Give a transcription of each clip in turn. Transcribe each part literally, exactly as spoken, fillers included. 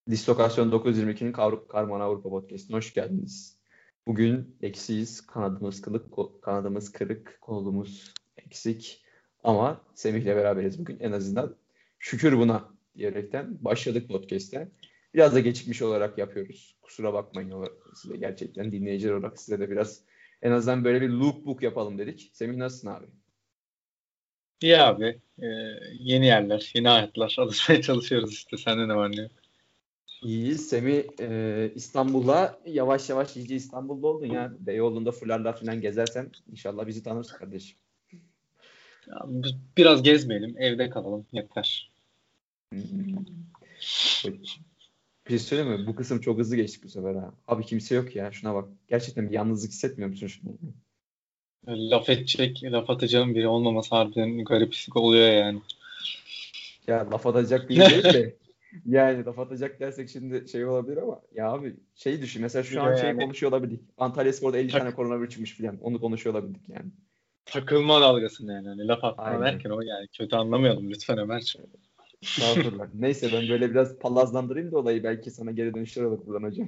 Dislokasyon dokuz yüz yirmi ikinin Kar- Karman Avrupa Podcast'ine hoş geldiniz. Bugün eksiyiz. Kanadımız kırık, ko- kanadımız kırık, kolumuz eksik. Ama Semih'le beraberiz bugün en azından. Şükür buna diyerekten başladık podcast'e. Biraz da gecikmiş olarak yapıyoruz. Kusura bakmayın olarak size gerçekten dinleyiciler olarak size de biraz en azından böyle bir lookbook yapalım dedik. Semih nasılsın abi? İyi abi. Ee, yeni yerler, yeni hayatlar. Alışmaya çalışıyoruz işte. Sende ne var ne yok? İyiyiz. Semih e, İstanbul'a yavaş yavaş iyice İstanbul'da oldun ya. Beyoğlu'nda fularla falan gezersen inşallah bizi tanırsın kardeşim. Ya, bi- biraz gezmeyelim, evde kalalım. Yeter. Hmm. Bir şey söyleyeyim mi? Bu kısım çok hızlı geçtik bu sefer ha. Abi kimse yok ya. Şuna bak. Gerçekten bir yalnızlık hissetmiyor musun şunu? Öyle laf edecek, laf atacağım biri olmaması harbiden garip oluyor yani. Ya laf atacak biri değil de yani laf atacak dersek şimdi şey olabilir ama ya abi şey düşün. Mesela şu an şey Yani konuşuyor olabildik. Antalyaspor'da elli tane tak, koronavirüs çıkmış falan. Onu konuşuyor olabildik yani. takılma dalgasında yani. Hani laf atma Aynen. derken o yani kötü anlamayalım lütfen Ömerciğim. Estağfurullah. Neyse ben böyle biraz palazlandırayım da olayı belki sana geri dönüşler olur buradan hocam.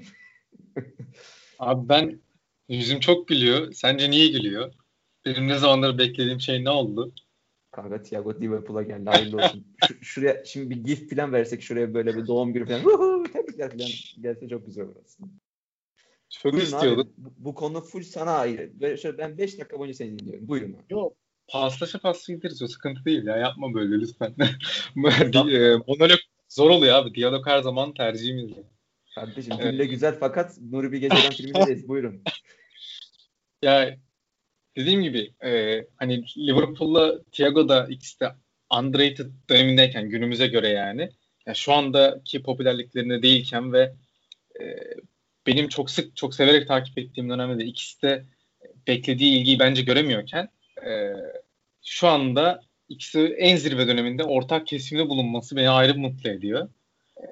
Abi ben yüzüm çok gülüyor. Sence niye gülüyor? Benim ne zamandır beklediğim şey ne oldu? Kanka Thiago Liverpool'a geldi. Hayırlı olsun. Şu, şuraya şimdi bir gif falan versek şuraya böyle bir doğum günü falan. Huhu, tebrikler falan gelse çok güzel olur aslında. Çok Buyurun abi. istiyordum. Bu, bu konu full sana ayrı. Böyle şöyle ben beş dakika boyunca seni dinliyorum. Buyurun abi. Yok. Paslaşa paslaşa gideriz. O sıkıntı değil ya. Yapma böyle lütfen. Di- Estağfurullah. e, Monolog zor oluyor abi. Diyalog her zaman tercihimiz. Kardeşim E, gülle güzel fakat Nuri Bilge Ceylan filmindeyiz. Buyurun. ya dediğim gibi e, hani Liverpool'la Thiago da ikisi de underrated dönemindeyken günümüze göre yani. Ya şu andaki popülerliklerinde değilken ve e, benim çok sık çok severek takip ettiğim dönemde de ikisi de beklediği ilgiyi bence göremiyorken e, şu anda ikisi en zirve döneminde ortak kesimde bulunması beni ayrı mutlu ediyor. E,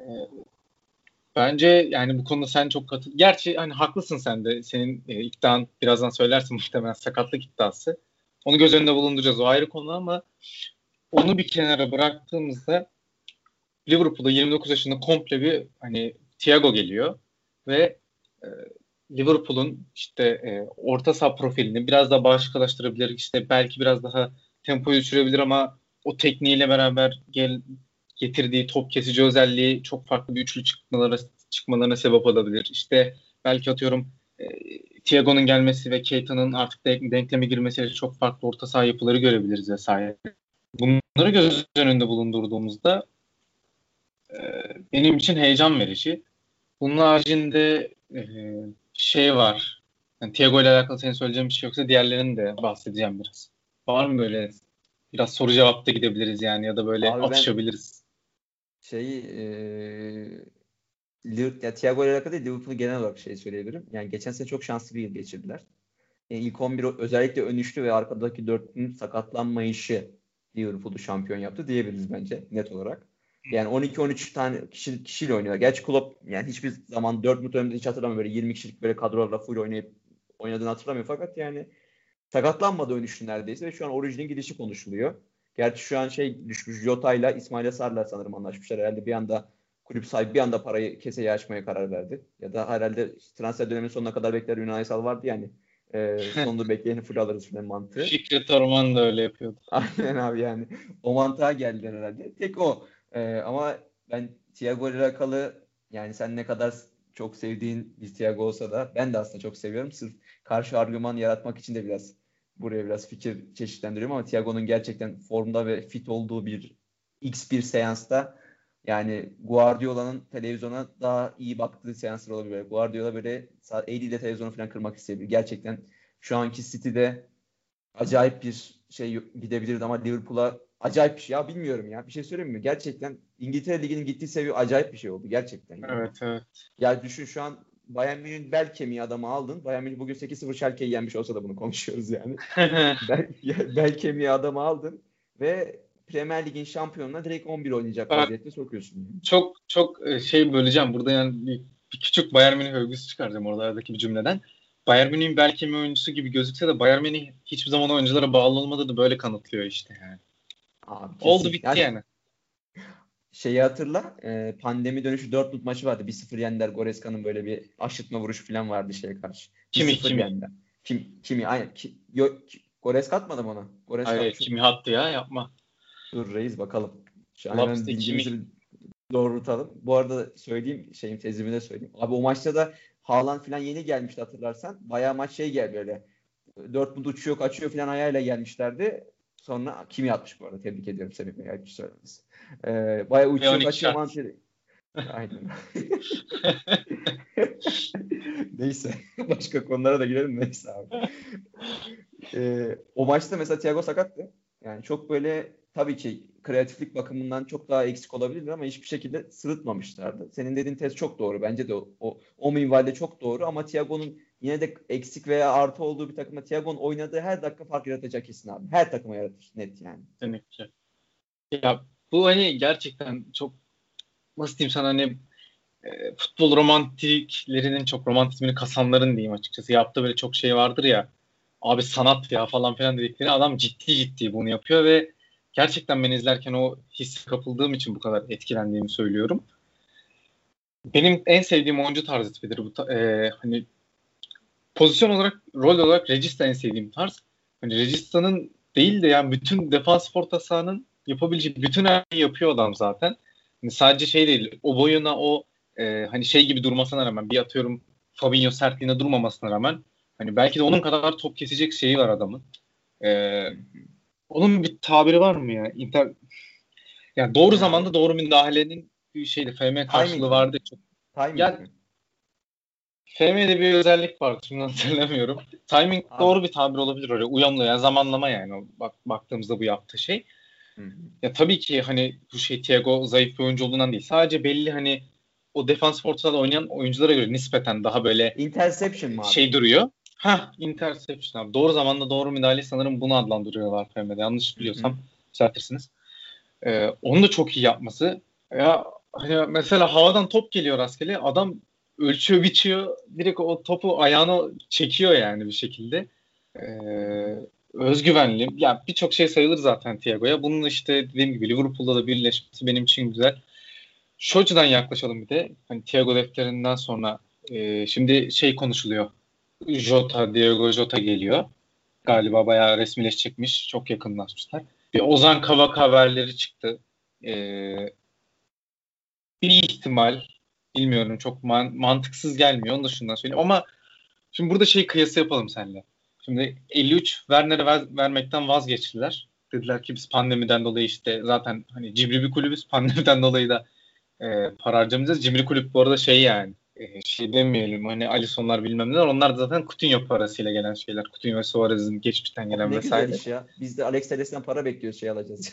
Bence yani bu konuda sen çok katıl. Gerçi hani haklısın sen de. Senin e, iddian birazdan söylersin muhtemelen sakatlık iddiası. Onu göz önünde bulunduracağız. O ayrı konu ama onu bir kenara bıraktığımızda Liverpool'da yirmi dokuz yaşında komple bir hani Thiago geliyor ve e, Liverpool'un işte e, orta saha profilini biraz daha başkalaştırabilir. İşte belki biraz daha tempoyu düşürebilir ama o tekniğiyle beraber gel, getirdiği top kesici özelliği çok farklı bir üçlü çıkmalara çıkmalarına sebep olabilir. İşte belki atıyorum e, Thiago'nun gelmesi ve Keita'nın artık de, denkleme girmesiyle çok farklı orta saha yapıları görebiliriz vesaire. Bunları göz önünde bulundurduğumuzda e, benim için heyecan verici. Bunun haricinde e, şey var. Yani Thiago ile alakalı senin söyleyeceğin bir şey yoksa diğerlerini de bahsedeceğim biraz. Var mı böyle biraz soru cevapta gidebiliriz yani ya da böyle Abi ben atışabiliriz. şeyi e, Liv- ya Thiago ile alakalı değil, Liverpool'u genel olarak şey söyleyebilirim. Yani geçen sene çok şanslı bir yıl geçirdiler. Yani ilk on bir özellikle ön üçlü ve arkadaki dörtlünün sakatlanmayışı Liverpool'u şampiyon yaptı diyebiliriz bence net olarak. Yani on iki on üç tane kişi, kişiyle oynuyor. Gerçi Klopp yani hiçbir zaman Dortmund döneminde hiç hatırlamıyorum. Böyle yirmi kişilik böyle kadrolarla full oynayıp oynadığını hatırlamıyorum. Fakat yani sakatlanmadı ön üçlü neredeyse ve şu an orijinin gidişi konuşuluyor. Gerçi şu an şey düşmüş Jota'yla İsmail Sarr'la sanırım anlaşmışlar. Herhalde bir anda kulüp sahibi bir anda parayı keseye açmaya karar verdi. Ya da herhalde transfer döneminin sonuna kadar bekler Ünal Aysal vardı yani. E, sonunda bekleyeni full alırız falan mantığı. Fikret Orman da öyle yapıyordu. Aynen abi yani. O mantığa geldiler herhalde. Tek o. E, ama ben Thiago ile alakalı yani sen ne kadar çok sevdiğin bir Thiago olsa da ben de aslında çok seviyorum. Sırf karşı argüman yaratmak için de biraz buraya biraz fikir çeşitlendiriyorum ama Thiago'nun gerçekten formda ve fit olduğu bir X bir seansta yani Guardiola'nın televizyona daha iyi baktığı seanslar olabilir. Guardiola böyle eliyle televizyonu falan kırmak isteyebilir. Gerçekten şu anki City'de acayip bir şey gidebilirdi ama Liverpool'a acayip bir şey. Ya bilmiyorum ya. Bir şey söyleyeyim mi? Gerçekten İngiltere Ligi'nin gittiği seviye acayip bir şey oldu. Gerçekten yani. Evet, evet. Ya düşün şu an Bayern Münih'in bel kemiği adamı aldın. Bayern Münih bugün sekiz sıfır Schalke'yi yenmiş olsa da bunu konuşuyoruz yani. Bel, bel kemiği adamı aldın ve Premier Lig'in şampiyonuna direkt on bir oynayacak Ben vaziyette sokuyorsun. Yani. çok çok e, şey böleceğim. Burada yani bir, bir küçük Bayern Münih övgüsü çıkaracağım oralardaki bir cümleden. Bayern Münih'in belki bir oyuncusu gibi gözükse de Bayern Münih hiçbir zaman oyunculara bağlı olmadığı da böyle kanıtlıyor işte yani. Abi Oldu kesin. bitti Yani yani. şeyi hatırla. E, pandemi dönüşü Dortmund maçı vardı. bir sıfır yendiler. Goreska'nın böyle bir aşırtma vuruşu falan vardı şeye karşı. Kimi bir sıfır kimi? yendiler. Kim kimi aynen ki, yok ki, Goreska atmadı mı ona? Goreska Hayır, atmış. kimi attı ya, yapma. Dur reis bakalım. Şu an hemen Laps'te kimi? bilgimizi doğrultalım. Bu arada söyleyeyim, şeyim tezimi de söyleyeyim. Abi o maçta da Haaland falan yeni gelmişti hatırlarsan. Bayağı maç şey gel böyle. Dortmund uçuyor kaçıyor falan ayağıyla gelmişlerdi. Sonra kimi atmış bu arada. Tebrik ediyorum Semih Bey. Ayıp söylemesi. Ee, bayağı Ve uçuyor on iki kaçıyor şart. mantığıyla. Aynen. Neyse. Başka konulara da girelim. Neyse abi. Ee, o maçta mesela Thiago sakattı. Yani çok böyle tabii ki kreatiflik bakımından çok daha eksik olabilir ama hiçbir şekilde sırıtmamışlardı. Senin dediğin tez çok doğru. Bence de o, o, o minvalde çok doğru ama Thiago'nun yine de eksik veya artı olduğu bir takımda Thiago'nun oynadığı her dakika fark yaratacak kesin abi. Her takıma yaratır net yani. Kesinlikle. Ya bu hani gerçekten çok, nasıl diyeyim sana, hani e, futbol romantiklerinin, çok romantizmini kasanların diyeyim açıkçası. Yaptığı böyle çok şey vardır ya. Abi sanat ya falan filan dedikleri, adam ciddi ciddi bunu yapıyor ve gerçekten ben izlerken o hisse kapıldığım için bu kadar etkilendiğimi söylüyorum. Benim en sevdiğim oyuncu tarzı tipidir bu. ta- e, hani pozisyon olarak, rol olarak Regista en sevdiğim tarz. Hani Regista'nın değil de yani bütün defans orta sahanın yapabileceği bütün her şeyi yapıyor adam zaten. Hani sadece şey değil, o boyuna, o e, hani şey gibi durmasına rağmen, bir atıyorum Fabinho sertliğine durmamasına rağmen, hani belki de onun kadar top kesecek şeyi var adamın. E, Onun bir tabiri var mı ya? İnter, yani doğru Ne abi? zamanda doğru müdahalenin bir şeydi. F M Timing karşılığı mi? vardı. Çok. Timing Yani mi? F M'de bir özellik vardı. Şimdi hatırlamıyorum. Timing Abi. doğru bir tabir olabilir oraya. Uyumlu, yani zamanlama yani. O, bak, baktığımızda bu yaptığı şey. Hı hı. Ya tabii ki hani bu şey, Thiago zayıf bir oyuncu olduğundan değil. Sadece belli hani o defans fortada oynayan oyunculara göre nispeten daha böyle Interception mı abi? şey duruyor. Ha, interception abi. Doğru zamanda doğru müdahale, sanırım bunu adlandırıyorlar F M'de. Yanlış Hı hı. biliyorsam düzeltirsiniz. Ee, onu da çok iyi yapması. Ya hani mesela havadan top geliyor rastgele. Adam ölçüyor, biçiyor. Direkt o topu ayağına çekiyor yani bir şekilde. Ee, Özgüvenli. Ya birçok şey sayılır zaten Thiago'ya. Bunun işte dediğim gibi Liverpool'da da birleşmesi benim için güzel. Şu açıdan yaklaşalım bir de. Hani Thiago defterinden sonra e, şimdi şey konuşuluyor. Jota, Diego Jota geliyor. Hı hı. Galiba bayağı resmileşecekmiş. Çok yakınlaşmışlar. Bir Ozan Kabak haberleri çıktı. Ee, Bir ihtimal, bilmiyorum, çok man- mantıksız gelmiyor. Onu da şundan söyleyeyim. Ama şimdi burada şey kıyası yapalım seninle. Şimdi elli üç Werner'e ver- vermekten vazgeçtiler. Dediler ki biz pandemiden dolayı işte zaten hani cimri bir kulübüz. Pandemiden dolayı da e, para harcamayacağız. Cimri kulüp bu arada şey yani, e, şey demeyelim hani Alisson'lar bilmem neler. Onlar da zaten Coutinho parasıyla gelen şeyler. Coutinho ve Suarez'in geçmişten Oh, gelen ne güzel vesaire. iş ya. Biz de Alex Telles'ten para bekliyoruz şey alacağız.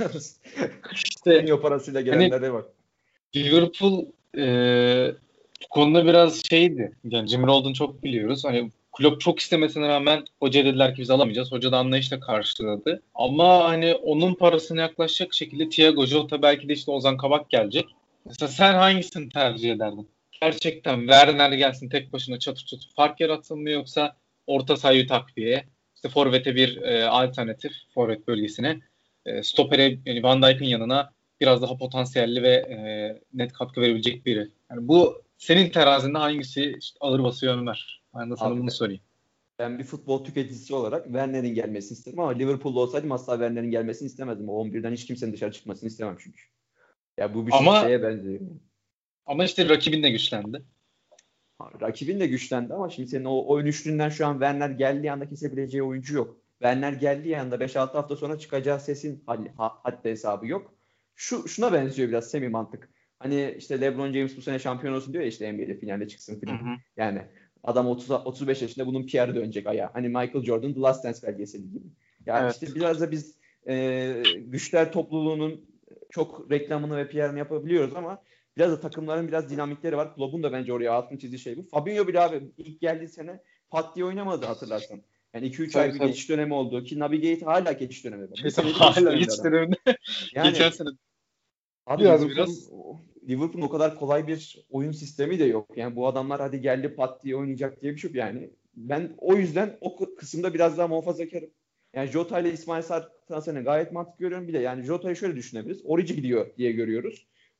İşte Coutinho parasıyla hani gelenlere bak. Liverpool e, bu konuda biraz şeydi. Yani cimri olduğunu çok biliyoruz. Hani Klopp çok istemesine rağmen hoca dediler ki biz alamayacağız. Hoca da anlayışla karşıladı. Ama hani onun parasına yaklaşacak şekilde Thiago, Jota, belki de işte Ozan Kabak gelecek. Mesela sen hangisini tercih ederdin? Gerçekten Werner gelsin tek başına çatır çatır fark yaratsın mı, yoksa orta sahayı takviye, işte forvete bir e, alternatif forvet bölgesine, e, stopere yani Van Dijk'in yanına biraz daha potansiyelli ve e, net katkı verebilecek biri. Yani bu senin terazinde hangisi işte ağır basıyor Ömer? Ben de sana Abi bunu ben, sorayım. ben bir futbol tüketicisi olarak Werner'in gelmesini isterim ama Liverpool'da olsaydım asla Werner'in gelmesini istemezdim. O on birden hiç kimsenin dışarı çıkmasını istemem çünkü. Ya bu bir şey, Ama şeye benziyor. ama işte rakibin de güçlendi. Ha, rakibin de güçlendi ama şimdi senin o oyun üçlüğünden şu an Werner geldiği anda kesebileceği oyuncu yok. Werner geldiği anda beş altı hafta sonra çıkacağı sesin ha, haddi hesabı yok. Şu şuna benziyor biraz semi mantık. Hani işte LeBron James bu sene şampiyon olsun diyor ya işte N B A'de finalde çıksın Hı filan. hı. Yani adam otuz otuz beş yaşında bunun P R dönecek ayağa. Hani Michael Jordan The Last Dance belgeseli gibi. Ya işte Evet. biraz da biz e, güçler topluluğunun çok reklamını ve P R'ını yapabiliyoruz ama biraz da takımların biraz dinamikleri var. Klopp'un da bence oraya altın çizdiği şey bu. Fabinho bile abi ilk geldiği sene pat diye oynamadı hatırlarsan. Yani iki üç Tabii ay bir tabii. geçiş dönemi oldu ki Naby Keita hala geçiş dönemi. Bir Kesin senedir geçiş hala döneminde geç adam. döneminde. Geçen Yani sene abi biraz Liverpool'un biraz Liverpool'un o kadar kolay bir oyun sistemi de yok. Yani bu adamlar hadi geldi pat diye oynayacak diye bir şey yok yani. Ben o yüzden o kısımda biraz daha muhafazakarım. Yani Jota ile İsmail Sarr transferini gayet mantıklı görüyorum. Bir de yani Jota'yı şöyle düşünebiliriz. Origi gidiyor diye görüyoruz.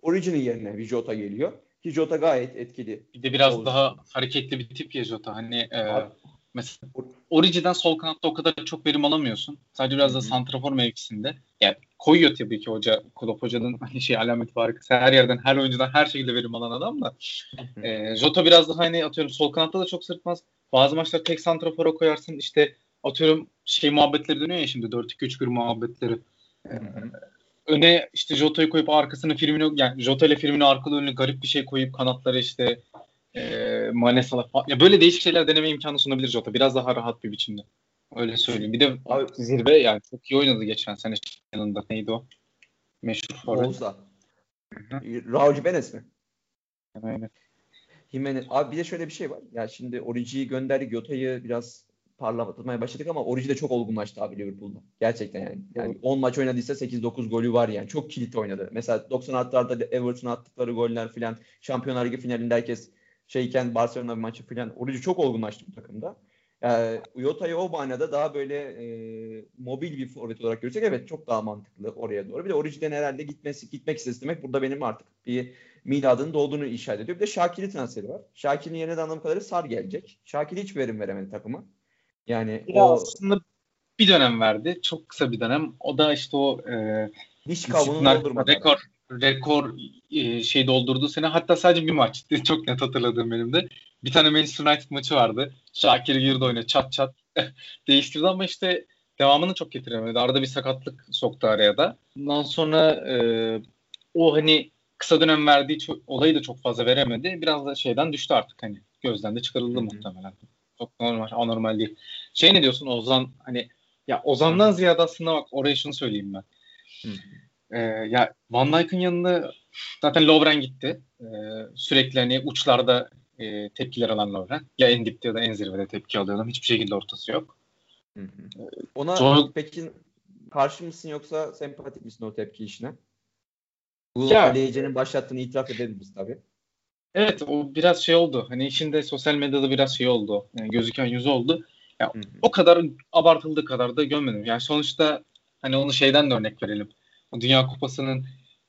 Origi'nin yerine bir Jota geliyor. Ki Jota gayet etkili. Bir de biraz oldu. daha hareketli bir tip ya Jota. Hani e, Abi, mesela Origi'den sol kanatta o kadar çok verim alamıyorsun. Sadece biraz Hı da hı. santrafor mevkisinde. Yani koyuyor tabii ki hoca, Klopp hocanın hani şey alameti farikası. Her yerden, her oyuncudan her şekilde verim alan adam da. E, Jota biraz daha hani atıyorum sol kanatta da çok sırtmaz. Bazı maçlar tek santrafora koyarsın. İşte atıyorum şey muhabbetleri dönüyor ya şimdi dört iki üç bir muhabbetleri. Hı hı. Öne işte Jota'yı koyup arkasına Firmino, yani Jota ile Firmino arkalı önüne garip bir şey koyup kanatlara işte e, Mane Salah falan. Ya böyle değişik şeyler deneme imkanı sunabilir Jota. Biraz daha rahat bir biçimde. Öyle söyleyeyim. Bir de Abi, zirve yani çok iyi oynadı geçen sene yanında. Neydi o? Meşhur forvet. Wolves'da. Raul Jimenez mi? Aynen. Jimenez. Abi bir de şöyle bir şey var. Ya şimdi Origi'yi gönderdik. Jota'yı biraz parlatmaya başladık ama Origi de çok olgunlaştı abi Liverpool'da. Gerçekten yani. Yani on maç oynadıysa sekiz dokuz golü var yani. Çok kilit oynadı. Mesela doksan artılarda Everton'a attıkları goller filan. Şampiyonlar Ligi finalinde herkes şeyken Barcelona maçı filan. Origi çok olgunlaştı bu takımda. Yani Jota'yı o manada daha böyle e, mobil bir forvet olarak görsek evet çok daha mantıklı oraya doğru. Bir de Origi'den herhalde gitmesi gitmek istesi demek burada benim artık bir miladının doğduğunu işaret ediyor. Bir de Şakir'i transferi var. Şakir'in yerine de anladığım kadarıyla Sar gelecek. Şakir hiç verim veremedi takıma. Yani Ya o aslında bir dönem verdi. Çok kısa bir dönem. O da işte o e, diş kabuğunu disiplinler doldurmadı adam. rekor rekor e, şey doldurduğu sene. Hatta sadece bir maçtı. Çok net hatırladığım benim de. Bir tane Manchester United maçı vardı. Şakir girdi oyuna çat çat değiştirdi ama işte devamını çok getiremedi. Arada bir sakatlık soktu araya da. Ondan sonra e, o hani kısa dönem verdiği çok, olayı da çok fazla veremedi. Biraz da şeyden düştü artık hani. Gözden de çıkarıldı Hı hı. muhtemelen. Çok normal, anormal değil. Şey ne diyorsun Ozan hani ya Ozan'dan Aha. ziyade aslında bak oraya şunu söyleyeyim ben. Hı. Ee, ya Van Dijk'ın yanında zaten Lovren gitti. Ee, sürekli hani uçlarda e, tepkiler alan Lovren. Ya en dipte ya da en zirvede tepki alıyor adam. Hiçbir şekilde ortası yok. Hı hı. Ona Joel, peki karşı mısın yoksa sempatik misin o tepki işine? Bunu ya Ali Ece'nin başlattığını itiraf edebiliriz tabii. evet o biraz şey oldu. Hani işinde sosyal medyada biraz şey oldu. Yani gözüken yüzü oldu. Ya Hı hı. o kadar abartıldığı kadar da gömmedim. Yani sonuçta hani onu şeyden de örnek verelim. O Dünya Kupası'nın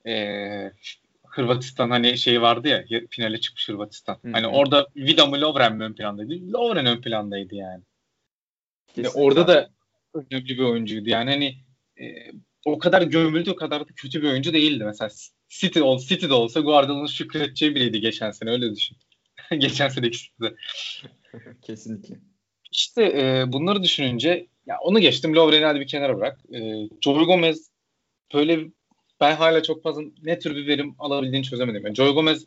e, Hırvatistan hani şey vardı ya finale çıkmış Hırvatistan. Hı Hani hı. orada Vida mı Lovren mi ön plandaydı? Lovren ön plandaydı yani. Ve Kesinlikle orada abi. da önemli bir oyuncuydu. Yani hani e, o kadar gömüldü o kadar da kötü bir oyuncu değildi. Mesela City ol, City'de olsa Guardiola'nın şükredeceği biriydi geçen sene öyle düşün. Geçen sene ikisi de. Kesinlikle. İşte e, bunları düşününce ya onu geçtim. Lovren'i hadi bir kenara bırak. E, Joe Gomez böyle ben hala çok fazla ne tür bir verim alabildiğini çözemedim. Yani Joe Gomez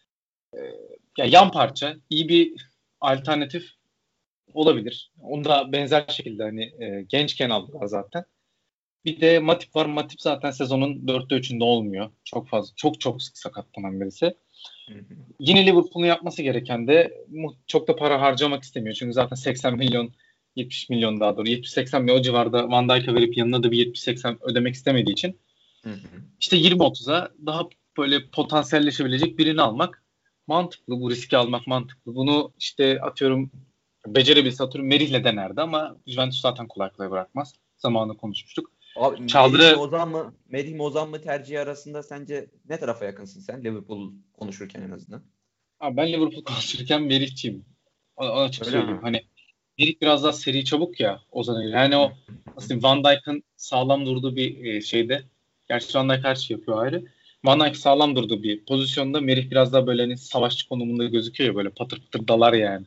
e, ya yan parça iyi bir alternatif olabilir. Onu da benzer şekilde hani e, gençken aldılar zaten. Bir de Matip var. Matip zaten sezonun dörtte üçünde olmuyor. Çok fazla. Çok çok sık sakatlanan birisi. Hı hı. Yine Liverpool'un yapması gereken de çok da para harcamak istemiyor. Çünkü zaten seksen milyon yetmiş milyon daha doğru yetmiş seksen milyon o civarda Van Dijk'a verip yanına da bir yetmiş seksen ödemek istemediği için Hı hı. işte yirmi otuza daha böyle potansiyelleşebilecek birini almak mantıklı. Bu riski almak mantıklı. Bunu işte atıyorum becerebilse atıyorum Merih'le denerdi ama Juventus zaten kolay kolay bırakmaz. Zamanında konuşmuştuk. Abi Merih mi Çaldırı Ozan mı? Merih mi Ozan mı tercihi arasında sence ne tarafa yakınsın sen? Liverpool konuşurken en azından. abi ben Liverpool konuşurken Merih'çiyim. O, o açık Öyle söyleyeyim. mi? Hani Merih biraz daha seri çabuk ya Ozan'a göre. Yani Hı o hı. nasıl diyeyim, Van Dijk'ın sağlam durduğu bir e, şeyde. Gerçi Van Dijk her şey yapıyor ayrı. Van Dijk sağlam durduğu bir pozisyonda Merih biraz daha böyle hani savaşçı konumunda gözüküyor ya böyle patır patır dalar yani.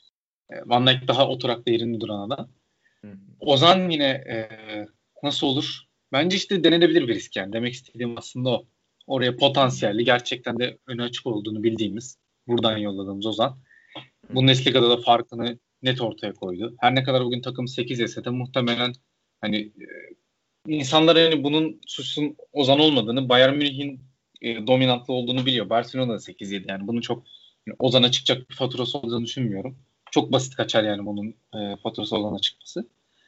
E, Van Dijk daha oturaklı yerinde duran adam. Hı hı. Ozan yine e, nasıl olur? Bence işte denenebilir bir risk yani. Demek istediğim aslında o. Oraya potansiyelli gerçekten de önü açık olduğunu bildiğimiz buradan yolladığımız Ozan. Hı hı. Bundesliga'da da farkını net ortaya koydu. Her ne kadar bugün takım sekiz ise de muhtemelen hani e, insanlar hani bunun suçun Ozan olmadığını, Bayern Münih'in e, dominantlı olduğunu biliyor. Barcelona da sekiz yedi yani bunu çok yani Ozan'a çıkacak bir faturası olduğunu düşünmüyorum. Çok basit kaçar yani bunun e, faturası Ozan'a çıkması.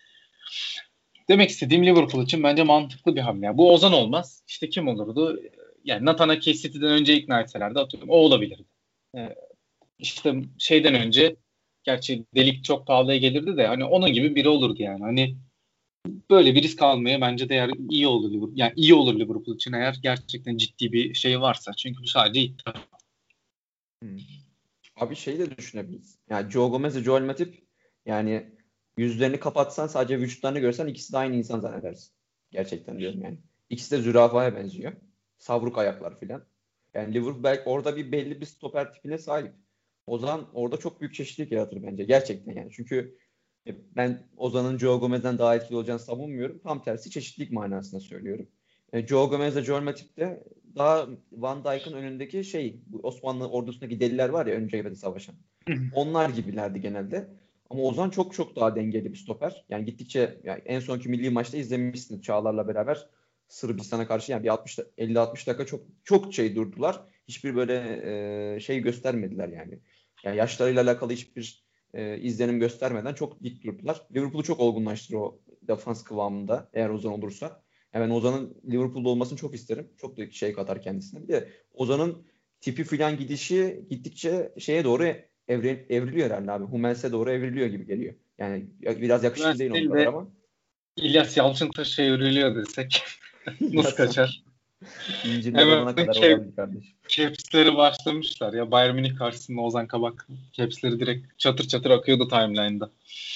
Demek istediğim Liverpool için bence mantıklı bir hamle. Yani bu Ozan olmaz. İşte kim olurdu? Yani Nathan Ake City'den önce ikna etselerdi atıyorum. O olabilirdi. Ee, işte şeyden önce gerçi Delik çok pahalıya gelirdi de hani onun gibi biri olurdu yani. Hani böyle bir risk almaya bence değer iyi olur Liverpool. Yani iyi olur Liverpool için eğer gerçekten ciddi bir şey varsa. Çünkü bu sadece iddia. Hmm. Abi şey de düşünebiliriz. Yani Joe Gomez ve Joel Matip, yani yüzlerini kapatsan sadece vücutlarını görsen ikisi de aynı insan zannedersin. Gerçekten diyorum yani. İkisi de zürafaya benziyor. Savruk ayaklar filan. Yani Liverpool belki orada bir belli bir stoper tipine sahip. Ozan orada çok büyük çeşitlilik yaratır bence. Gerçekten yani. Çünkü e, ben Ozan'ın Joe Gomez'den daha etkili olacağını savunmuyorum. Tam tersi çeşitlilik manasında söylüyorum. E, Joe Gomez ve Joel Matip de daha Van Dijk'ın önündeki şey, bu Osmanlı ordusundaki deliler var ya, ön cephede savaşan. Onlar gibilerdi genelde. Ama Ozan çok çok daha dengeli bir stoper. Yani gittikçe, yani en sonki milli maçta izlemişsiniz Çağlar'la beraber Sırbistan'a karşı, yani bir altmış elli altmış dakika çok çok şey durdular. Hiçbir böyle e, şey göstermediler yani. Yani yaşlarıyla alakalı hiçbir e, izlenim göstermeden çok dik durdular. Liverpool'u çok olgunlaştırır o defans kıvamında eğer Ozan olursa. Yani ben Ozan'ın Liverpool'da olmasını çok isterim. Çok da şey katar kendisine. Bir de Ozan'ın tipi filan gidişi gittikçe şeye doğru evre, evriliyor herhalde abi. Hummels'e doğru evriliyor gibi geliyor. Yani biraz yakışıklı değil onun kadar Üniversitede ama. İlyas Yalçıntaş'a yürüyor desek nasıl İlyas kaçar? İncirler Hemen olana kadar kep, olabilir kardeşim. caps'leri başlamışlar ya. Bayern Münih karşısında Ozan Kabak caps'leri direkt çatır çatır akıyordu timeline'da.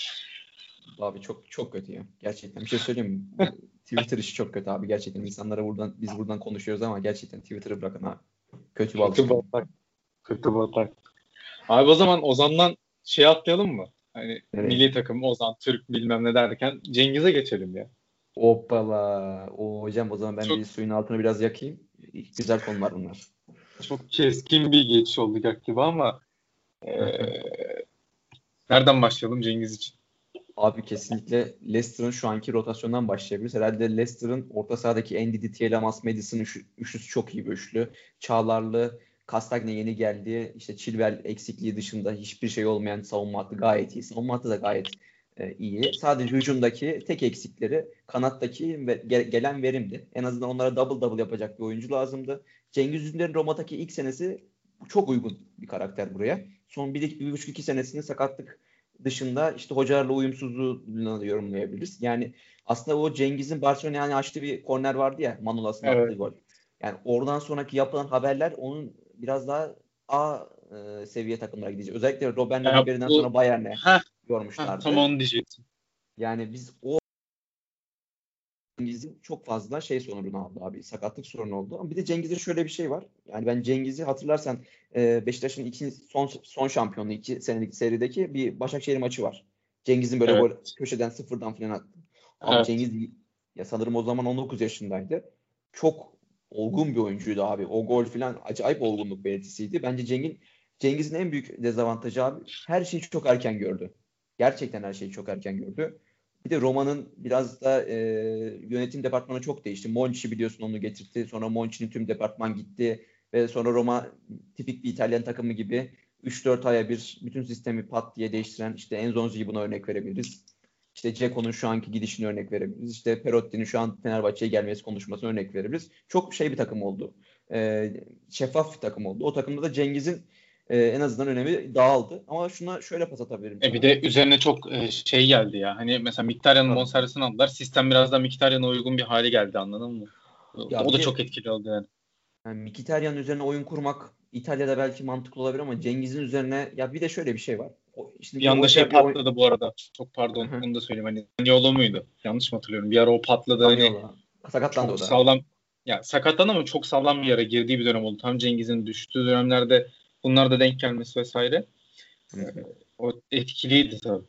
Abi çok çok kötü ya. Gerçekten bir şey söyleyeyim mi? Bu Twitter işi çok kötü abi. Gerçekten insanlara buradan, biz buradan konuşuyoruz ama gerçekten Twitter'ı bırakın abi. Kötü bir Kötü alışkanlık. batak. Kötü batak. Abi o zaman Ozan'dan şey atlayalım mı? Hani Nereye? milli takım, Ozan, Türk bilmem ne derken Cengiz'e geçelim ya. Hoppala. O hocam, o zaman ben Çok bir suyun altını biraz yakayım. Güzel konular bunlar. çok keskin bir geçiş olacak gibi ama ee, nereden başlayalım Cengiz için? Abi kesinlikle Leicester'ın şu anki rotasyondan başlayabiliriz. Herhalde Leicester'ın orta sahadaki Ndidi, Tielemans, Maddison üçlü, üçlüsü çok iyi bir üçlü. Çağlarlı, Castagne yeni geldi. İşte Chilwell eksikliği dışında hiçbir şey olmayan savunma hattı gayet iyi. Savunma hattı da gayet e, iyi. Sadece hücumdaki tek eksikleri kanattaki ve ge- gelen verimdi. En azından onlara double double yapacak bir oyuncu lazımdı. Cengiz Ünder'in Roma'daki ilk senesi çok uygun bir karakter buraya. Son bir, bir buçuk iki senesinde sakatlık dışında işte hocalarla uyumsuzluğunu yorumlayabiliriz. Yani aslında o Cengiz'in Barcelona'ya hani açtığı bir korner vardı ya, Manolas'ın attığı Evet. gol. Yani oradan sonraki yapılan haberler onun biraz daha A e, seviye takımlara gidecek. Özellikle Robben Ya Ribery'den bu sonra Bayern'e heh, heh, tam yormuşlardı. onu diyecektim. Yani biz o Cengiz'in çok fazla şey sorunu aldı abi. Sakatlık sorunu oldu. Ama bir de Cengiz'in şöyle bir şey var. Yani ben Cengiz'i hatırlarsan e, Beşiktaş'ın iki, son son şampiyonluğu iki senelik serideki bir Başakşehir maçı var. Cengiz'in böyle gol Evet. köşeden sıfırdan falan attı. Abi Evet. Cengiz ya sanırım o zaman on dokuz yaşındaydı. Çok olgun bir oyuncuydu abi. O gol falan acayip olgunluk belirtisiydi. Bence Cengiz Cengiz'in en büyük dezavantajı abi, her şeyi çok erken gördü. Gerçekten her şeyi çok erken gördü. Bir de Roma'nın biraz da e, yönetim departmanı çok değişti. Monchi biliyorsun onu getirdi. Sonra Monchi'nin tüm departman gitti. Ve sonra Roma tipik bir İtalyan takımı gibi üç dört aya bir bütün sistemi pat diye değiştiren, işte Enzonzi'yi buna örnek verebiliriz. İşte Ceko'nun şu anki gidişini örnek verebiliriz. İşte Perotti'nin şu an Fenerbahçe'ye gelmesi konuşmasını örnek verebiliriz. Çok şey bir takım oldu. E, şeffaf bir takım oldu. O takımda da Cengiz'in e, en azından önemi dağıldı. Ama şuna şöyle pas atabilirim E bir sana. de üzerine çok e, şey geldi ya. Hani mesela Mkhitaryan'ın Tabii. bonservisini aldılar. Sistem biraz da Mkhitaryan'a uygun bir hale geldi, anladın mı? Ya O bir da çok de etkili oldu yani. yani Mkhitaryan üzerine oyun kurmak İtalya'da belki mantıklı olabilir ama Cengiz'in üzerine, ya bir de şöyle bir şey var. O, şimdi Bir bir anda şey hoca bir oyun patladı bu arada. Çok pardon, onu da söyleyeyim. Hani Zaniolo muydu? Yanlış mı hatırlıyorum? Bir ara o patladı, hani Zaniolo sakatlandı o çok da. sağlam, ya sakatlan ama çok sağlam bir yere girdiği bir dönem oldu. Tam Cengiz'in düştüğü dönemlerde bunlar da denk gelmesi vesaire. Hı E, hı. o etkiliydi tabii.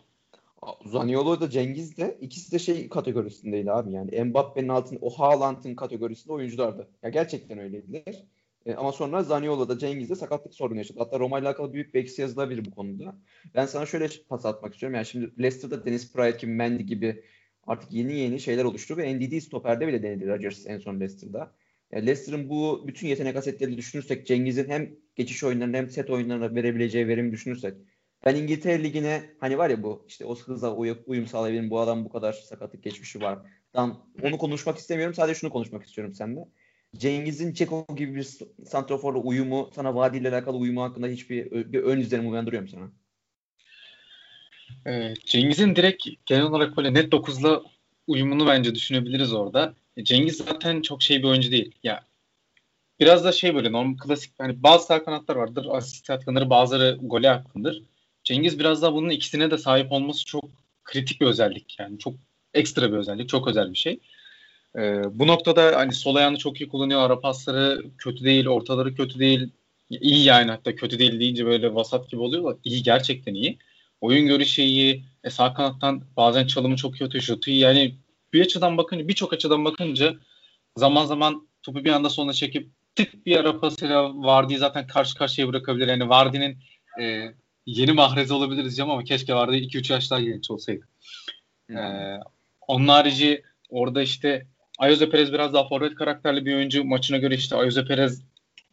Zaniolo da Cengiz de ikisi de şey kategorisindeydi abi, yani Mbappe'nin altında, o Haaland'ın kategorisinde oyunculardı. Ya gerçekten öyleydiler. E, ama sonra Zaniolo da Cengiz de sakatlık sorunu yaşadı. Hatta Roma ile alakalı büyük bir eksi yazılabilir bu konuda. Ben sana şöyle pas atmak istiyorum. Yani şimdi Leicester'da Dennis Praet gibi, Mendy gibi artık yeni yeni şeyler oluştu ve N D D stoperde bile denedi Rodgers en son Leicester'da. Yani Leicester'ın bu bütün yetenek asetlerini düşünürsek, Cengiz'in hem geçiş oyunlarına hem set oyunlarına verebileceği verimi düşünürsek, ben İngiltere Ligi'ne, hani var ya bu işte o hızla uyum, uyum sağlayabilirim, bu adam bu kadar sakatlık geçmişi var. Tam onu konuşmak istemiyorum. Sadece şunu konuşmak istiyorum seninle. Cengiz'in Ceko gibi bir santraforla uyumu, sana vadiyle alakalı uyumu hakkında hiçbir bir ön izlenim uyandırıyor mu sana? E, Cengiz'in direkt genel olarak böyle net dokuzla uyumunu bence düşünebiliriz orada. E, Cengiz zaten çok şey bir oyuncu değil. Ya biraz da şey böyle normal klasik hani bazı sağ kanatlar vardır. Asist yatkınları, bazıları gole yatkındır. Cengiz biraz daha bunun ikisine de sahip olması çok kritik bir özellik. Yani çok ekstra bir özellik. Çok özel bir şey. Ee, bu noktada hani sol ayağını çok iyi kullanıyor. Ara pasları kötü değil. Ortaları kötü değil. İyi yani, hatta kötü değil deyince böyle vasat gibi oluyor da iyi, gerçekten iyi. Oyun görüşü iyi. E, sağ kanattan bazen çalımı çok iyi atıyor. Şutu iyi. Yani bir açıdan bakınca, birçok açıdan bakınca zaman zaman topu bir anda sonuna çekip tık bir ara pasıyla Vardy'yi zaten karşı karşıya bırakabilir. Yani Vardy'nin e, yeni Mahrez olabilir diyeceğim ama keşke Vardy iki üç yaş daha genç olsaydı. Hı. Ee, onun harici orada işte Ayoze Perez biraz daha forvet karakterli bir oyuncu. Maçına göre işte Ayoze Perez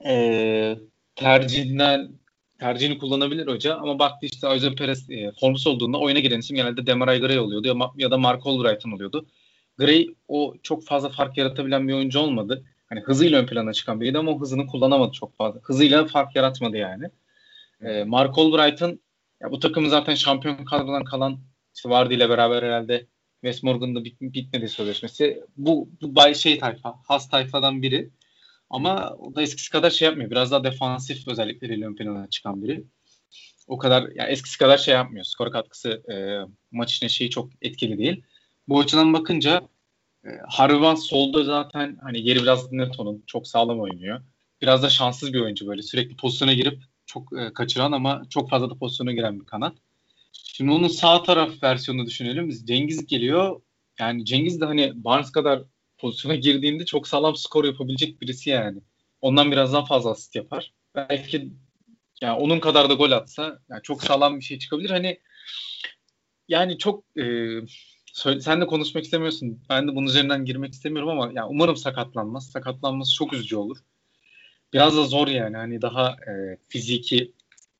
e, tercihinden tercihini kullanabilir hoca ama baktı işte Ayoze Perez e, formsuz olduğunda oyuna giren isim genelde Demaray Gray oluyordu ya, ya da Marco Albrighton oluyordu. Gray o çok fazla fark yaratabilen bir oyuncu olmadı. Hani hızıyla ön plana çıkan biriydi ama o hızını kullanamadı çok fazla. Hızıyla fark yaratmadı yani. E, Marco Albrighton ya bu takımın zaten şampiyon kadrodan kalan işte Vardy ile beraber herhalde Wes Morgan'da bit, bitmedi sözleşmesi. Bu, bu bay şey tayfa, has tayfadan biri. Ama o da eskisi kadar şey yapmıyor. Biraz daha defansif özellikleriyle ön plana çıkan biri. O kadar yani eskisi kadar şey yapmıyor. Skor katkısı e, maç içinde şeyi çok etkili değil. Bu açıdan bakınca e, Harvan solda zaten hani yeri biraz net onun. Çok sağlam oynuyor. Biraz da şanssız bir oyuncu böyle. Sürekli pozisyona girip çok e, kaçıran ama çok fazla da pozisyona giren bir kanat. Şimdi onun sağ taraf versiyonunu düşünelim. Cengiz geliyor. Yani Cengiz de hani Barnes kadar pozisyona girdiğinde çok sağlam skor yapabilecek birisi yani. Ondan biraz daha fazla asist yapar. Belki yani onun kadar da gol atsa yani çok sağlam bir şey çıkabilir. Hani yani çok e, söyle, sen de konuşmak istemiyorsun. Ben de bunun üzerinden girmek istemiyorum ama yani umarım sakatlanmaz. Sakatlanması çok üzücü olur. Biraz da zor yani. Hani daha e, fiziki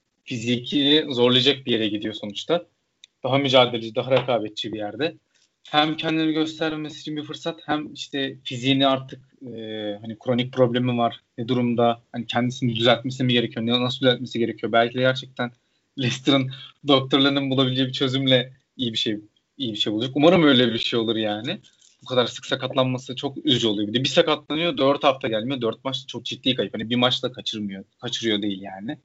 fiziki zorlayacak bir yere gidiyor sonuçta. Daha mücadeleci, daha rekabetçi bir yerde. Hem kendini göstermesi için bir fırsat, hem işte fiziğini artık e, hani kronik problemi var. Ne durumda? Hani kendisini düzeltmesi mi gerekiyor? Ne, nasıl düzeltmesi gerekiyor? Belki de gerçekten Leicester'ın doktorlarının bulabileceği bir çözümle iyi bir şey iyi bir şey olacak. Umarım öyle bir şey olur yani. Bu kadar sık sakatlanması çok üzücü oluyor. Bir de bir sakatlanıyor, dört hafta gelmiyor. Dört maçta çok ciddi kayıp. Hani bir maçta kaçırmıyor. Kaçırıyor değil yani.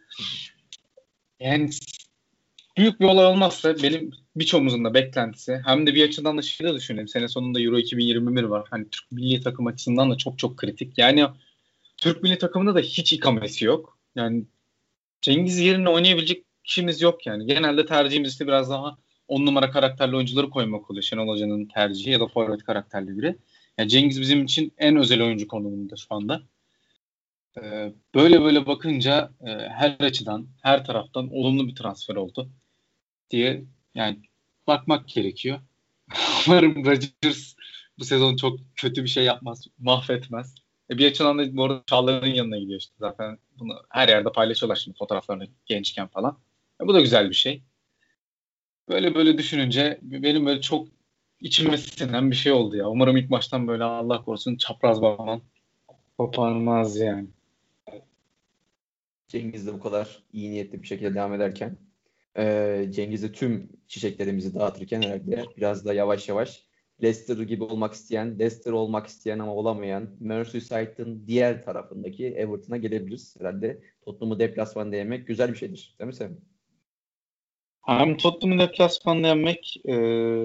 Yani büyük bir olay olmazsa benim birçoğumuzun da beklentisi, hem de bir açıdan da şey de düşünelim. Sene sonunda Euro iki bin yirmi bir var. Hani Türk milli takım açısından da çok çok kritik. Yani Türk milli takımında da hiç ikamesi yok. Yani Cengiz yerine oynayabilecek kişimiz yok yani. Genelde tercihimiz işte biraz daha on numara karakterli oyuncuları koymak oluyor. Şenol Hoca'nın tercihi ya da forvet karakterli biri. Yani Cengiz bizim için en özel oyuncu konumunda şu anda. Ee, böyle böyle bakınca e, her açıdan, her taraftan olumlu bir transfer oldu diye yani bakmak gerekiyor. Umarım Rodgers bu sezon çok kötü bir şey yapmaz, mahvetmez. E bir açıdan da bu arada Çağlar'ın yanına gidiyor işte zaten. Bunu her yerde paylaşıyorlar şimdi fotoğraflarını gençken falan. E bu da güzel bir şey. Böyle böyle düşününce benim böyle çok içime sinen bir şey oldu ya. Umarım ilk baştan böyle Allah korusun çapraz bağlan koparmaz yani. Cengiz de bu kadar iyi niyetli bir şekilde devam ederken e, Cengiz'e tüm çiçeklerimizi dağıtırken herhalde biraz da yavaş yavaş Leicester gibi olmak isteyen, Leicester olmak isteyen ama olamayan Merseyside'ın diğer tarafındaki Everton'a gelebiliriz. Herhalde Tottenham'ı deplasmanda yemek güzel bir şeydir. Değil mi Sevim? Hem Tottenham'ı deplasmanda yenmek e,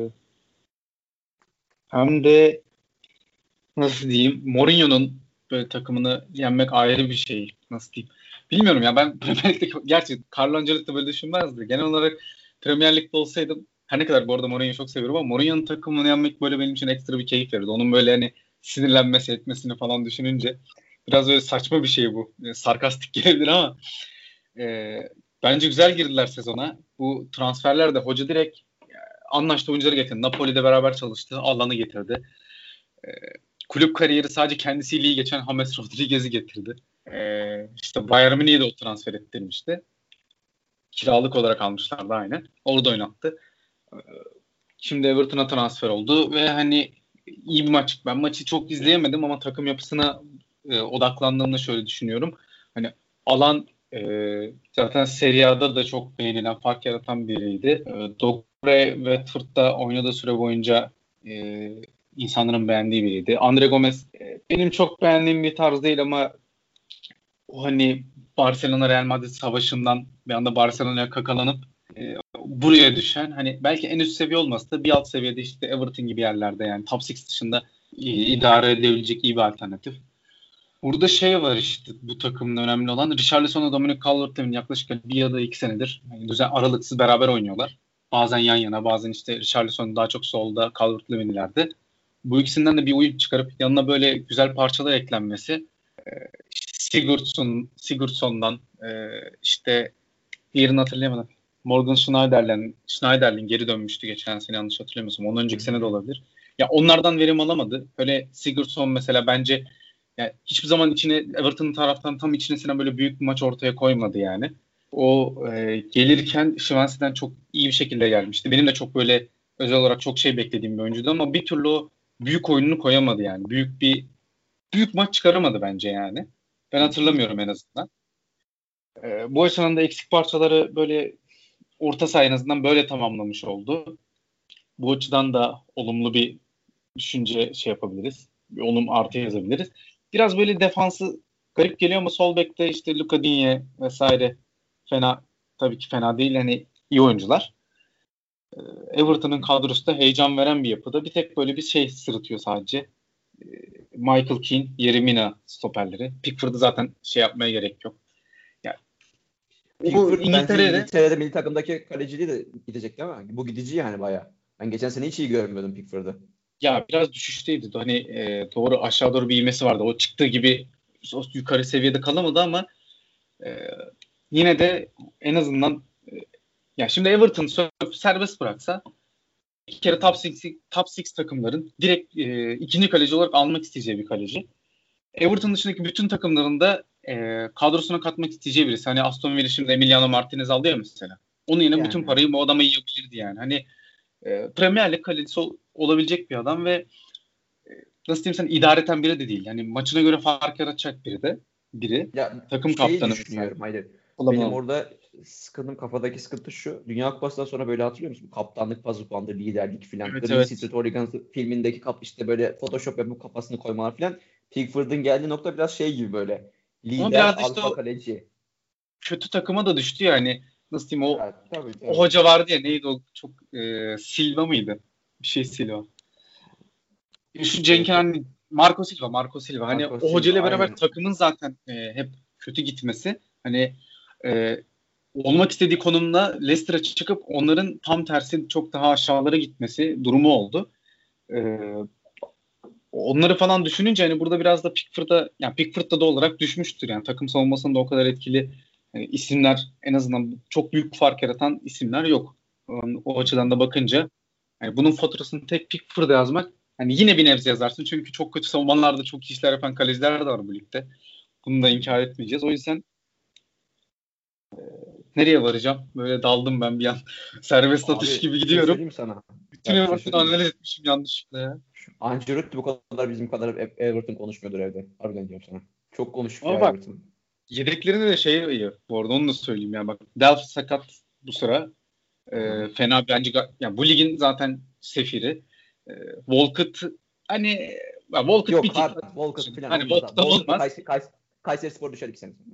hem de nasıl diyeyim, Mourinho'nun böyle takımını yenmek ayrı bir şey. Nasıl diyeyim? Bilmiyorum ya, ben Premier Lig'de gerçi Carlo Ancelotti böyle düşünmezdi. Genel olarak Premier Lig'de olsaydım, her ne kadar bu arada Mourinho'yu çok seviyorum ama Mourinho'nun takımını yenmek böyle benim için ekstra bir keyif verirdi. Onun böyle hani sinirlenmesi etmesini falan düşününce biraz böyle saçma bir şey bu. E, sarkastik gelebilir ama e, bence güzel girdiler sezona. Bu transferler de hoca direkt e, anlaştığı oyuncuları getirdi. Napoli'de beraber çalıştı. Alanı getirdi. E, kulüp kariyeri sadece kendisiyle iyi geçen James Rodriguez'i getirdi. E, işte Bayern Münih'e de o transfer ettirmişti. Kiralık olarak almışlardı aynen. Orada oynattı. E, şimdi Everton'a transfer oldu ve hani iyi bir maç. Ben maçı çok izleyemedim ama takım yapısına e, odaklandığımda şöyle düşünüyorum. Hani alan e, zaten Serie A'da da çok beğenilen, fark yaratan biriydi. E, Doucouré ve Watford'da oynadığı süre boyunca e, insanların beğendiği biriydi. Andre Gomez e, benim çok beğendiğim bir tarz değil ama o hani Barcelona Real Madrid savaşından bir anda Barcelona'ya kakalanıp e, buraya düşen, hani belki en üst seviye olmasa da bir alt seviyede işte Everton gibi yerlerde, yani top altı dışında e, idare edilebilecek iyi bir alternatif. Burada şey var, işte bu takımın önemli olan Richarlison'la Dominic Calvert-Lewin yaklaşık bir ya da iki senedir yani düzen aralıksız beraber oynuyorlar. Bazen yan yana, bazen işte Richarlison daha çok solda, Calvert-Lewin ileride. Bu ikisinden de bir uyum çıkarıp yanına böyle güzel parçalar eklenmesi, işte Sigurdsson, Sigurdsson'dan e, işte yerini hatırlayamadım. Morgan Schneiderlin, Schneiderlin geri dönmüştü geçen sene, yanlış hatırlamıyorsam. Ondan önceki sene de olabilir. Ya onlardan verim alamadı. Öyle Sigurdsson mesela bence yani hiçbir zaman içine Everton'un taraftan tam içine sinen böyle büyük bir maç ortaya koymadı yani. O e, gelirken Swansea'den çok iyi bir şekilde gelmişti. Benim de çok böyle özel olarak çok şey beklediğim bir oyuncuydu ama bir türlü o büyük oyununu koyamadı yani. Büyük bir büyük maç çıkaramadı bence yani. Ben hatırlamıyorum en azından. E, bu açıdan da eksik parçaları böyle orta saha en azından böyle tamamlamış oldu. Bu açıdan da olumlu bir düşünce şey yapabiliriz. Bir olum artı yazabiliriz. Biraz böyle defansı garip geliyor ama sol bekte işte Luka Digne vesaire fena, tabii ki fena değil. Hani iyi oyuncular. Ee, Everton'ın kadrosu da heyecan veren bir yapıda. Bir tek böyle bir şey sırıtıyor sadece. Ee, Michael Keane, Yeremina stoperleri. Pickford'u zaten şey yapmaya gerek yok. Yani bu Pickford bence İngiltere'de İngiltere'de milli takımdaki kaleciliği de gidecek değil mi? Bu gidici yani bayağı. Ben geçen sene hiç iyi görmüyordum Pickford'u. ya biraz düşüşteydi. Hani e, doğru aşağı doğru bir ivmesi vardı. O çıktığı gibi o yukarı seviyede kalamadı ama e, yine de en azından e, ya şimdi Everton serbest bıraksa bir kere top altı top altı takımların direkt e, ikinci kaleci olarak almak isteyeceği bir kaleci. Everton dışındaki bütün takımların da e, kadrosuna katmak isteyeceği birisi. Hani Aston Villa şimdi Emiliano Martinez aldı ya mesela. Onun yerine bütün Yani parayı bu adama yiyebilirdi yani. Hani e, Premier Lig kalecisi ol, olabilecek bir adam ve nasıl diyeyim, sen idareten biri de değil. Yani maçına göre fark yaratacak biri de biri. ya Takım şeyi kaptanı vesaire. düşünüyorum. Hayır. Benim Olamam. orada sıkıntım, kafadaki sıkıntı şu. Dünya Kupası'ndan sonra böyle hatırlıyor musun? Kaptanlık, pazupandı, liderlik filan. Evet, Green evet. Street Hooligans filmindeki kap işte böyle Photoshop yapıp kafasını koymalar filan. Pickford'un geldiği nokta biraz şey gibi böyle. Ama Lider, biraz da işte alfa o kaleci. kötü takıma da düştü yani. Nasıl diyeyim, o Evet, tabii o tabii. hoca vardı ya, neydi o, çok e, Silva mıydı? Bir şey Silva. Şu Ee, Cenk'in hani Marco Silva, Marco Silva. Hani Marco o Silva hocayla beraber aynen. takımın zaten e, hep kötü gitmesi. Hani e, olmak istediği konumda Leicester'a çıkıp onların tam tersi çok daha aşağılara gitmesi durumu oldu. E, Onları falan düşününce hani burada biraz da Pickford'a, yani Pickford'da da olarak düşmüştür. Yani takım savunmasında o kadar etkili yani isimler, en azından çok büyük fark yaratan isimler yok. O, o açıdan da bakınca yani bunun faturasını tek Pickford'a yazmak, hani yine bir nebze yazarsın. Çünkü çok kötü savunmalarda çok iyi işler yapan kaleciler de var bu ligde. Bunu da inkar etmeyeceğiz. O yüzden nereye varacağım? Böyle daldım ben bir an. Serbest atış Abi gibi bir şey gidiyorum. söyleyeyim mi sana? Bütün Ya bir şey Everton'u söyleyeyim mi? analiz etmişim yanlışlıkla ya. Ancelotti bu kadar bizim kadar E- Everton konuşmuyordur evde. Harbiden diyorum sana. Çok konuşuyor Ama ya bak, Everton. yedeklerinde de şey iyi. Bu arada onu da söyleyeyim ya. Bak, Delph sakat bu sıra. Ee, Aha. fena bence. ga- Yani bu ligin zaten sefiri. Ee, Walcott hani ya Walcott Yok bitik. abi Walcott falan Hani olmaz. Walcott'tan Walcott'la olmaz. Kayseri, Kayseri, Kayseri Spor düşer iki sene sonra.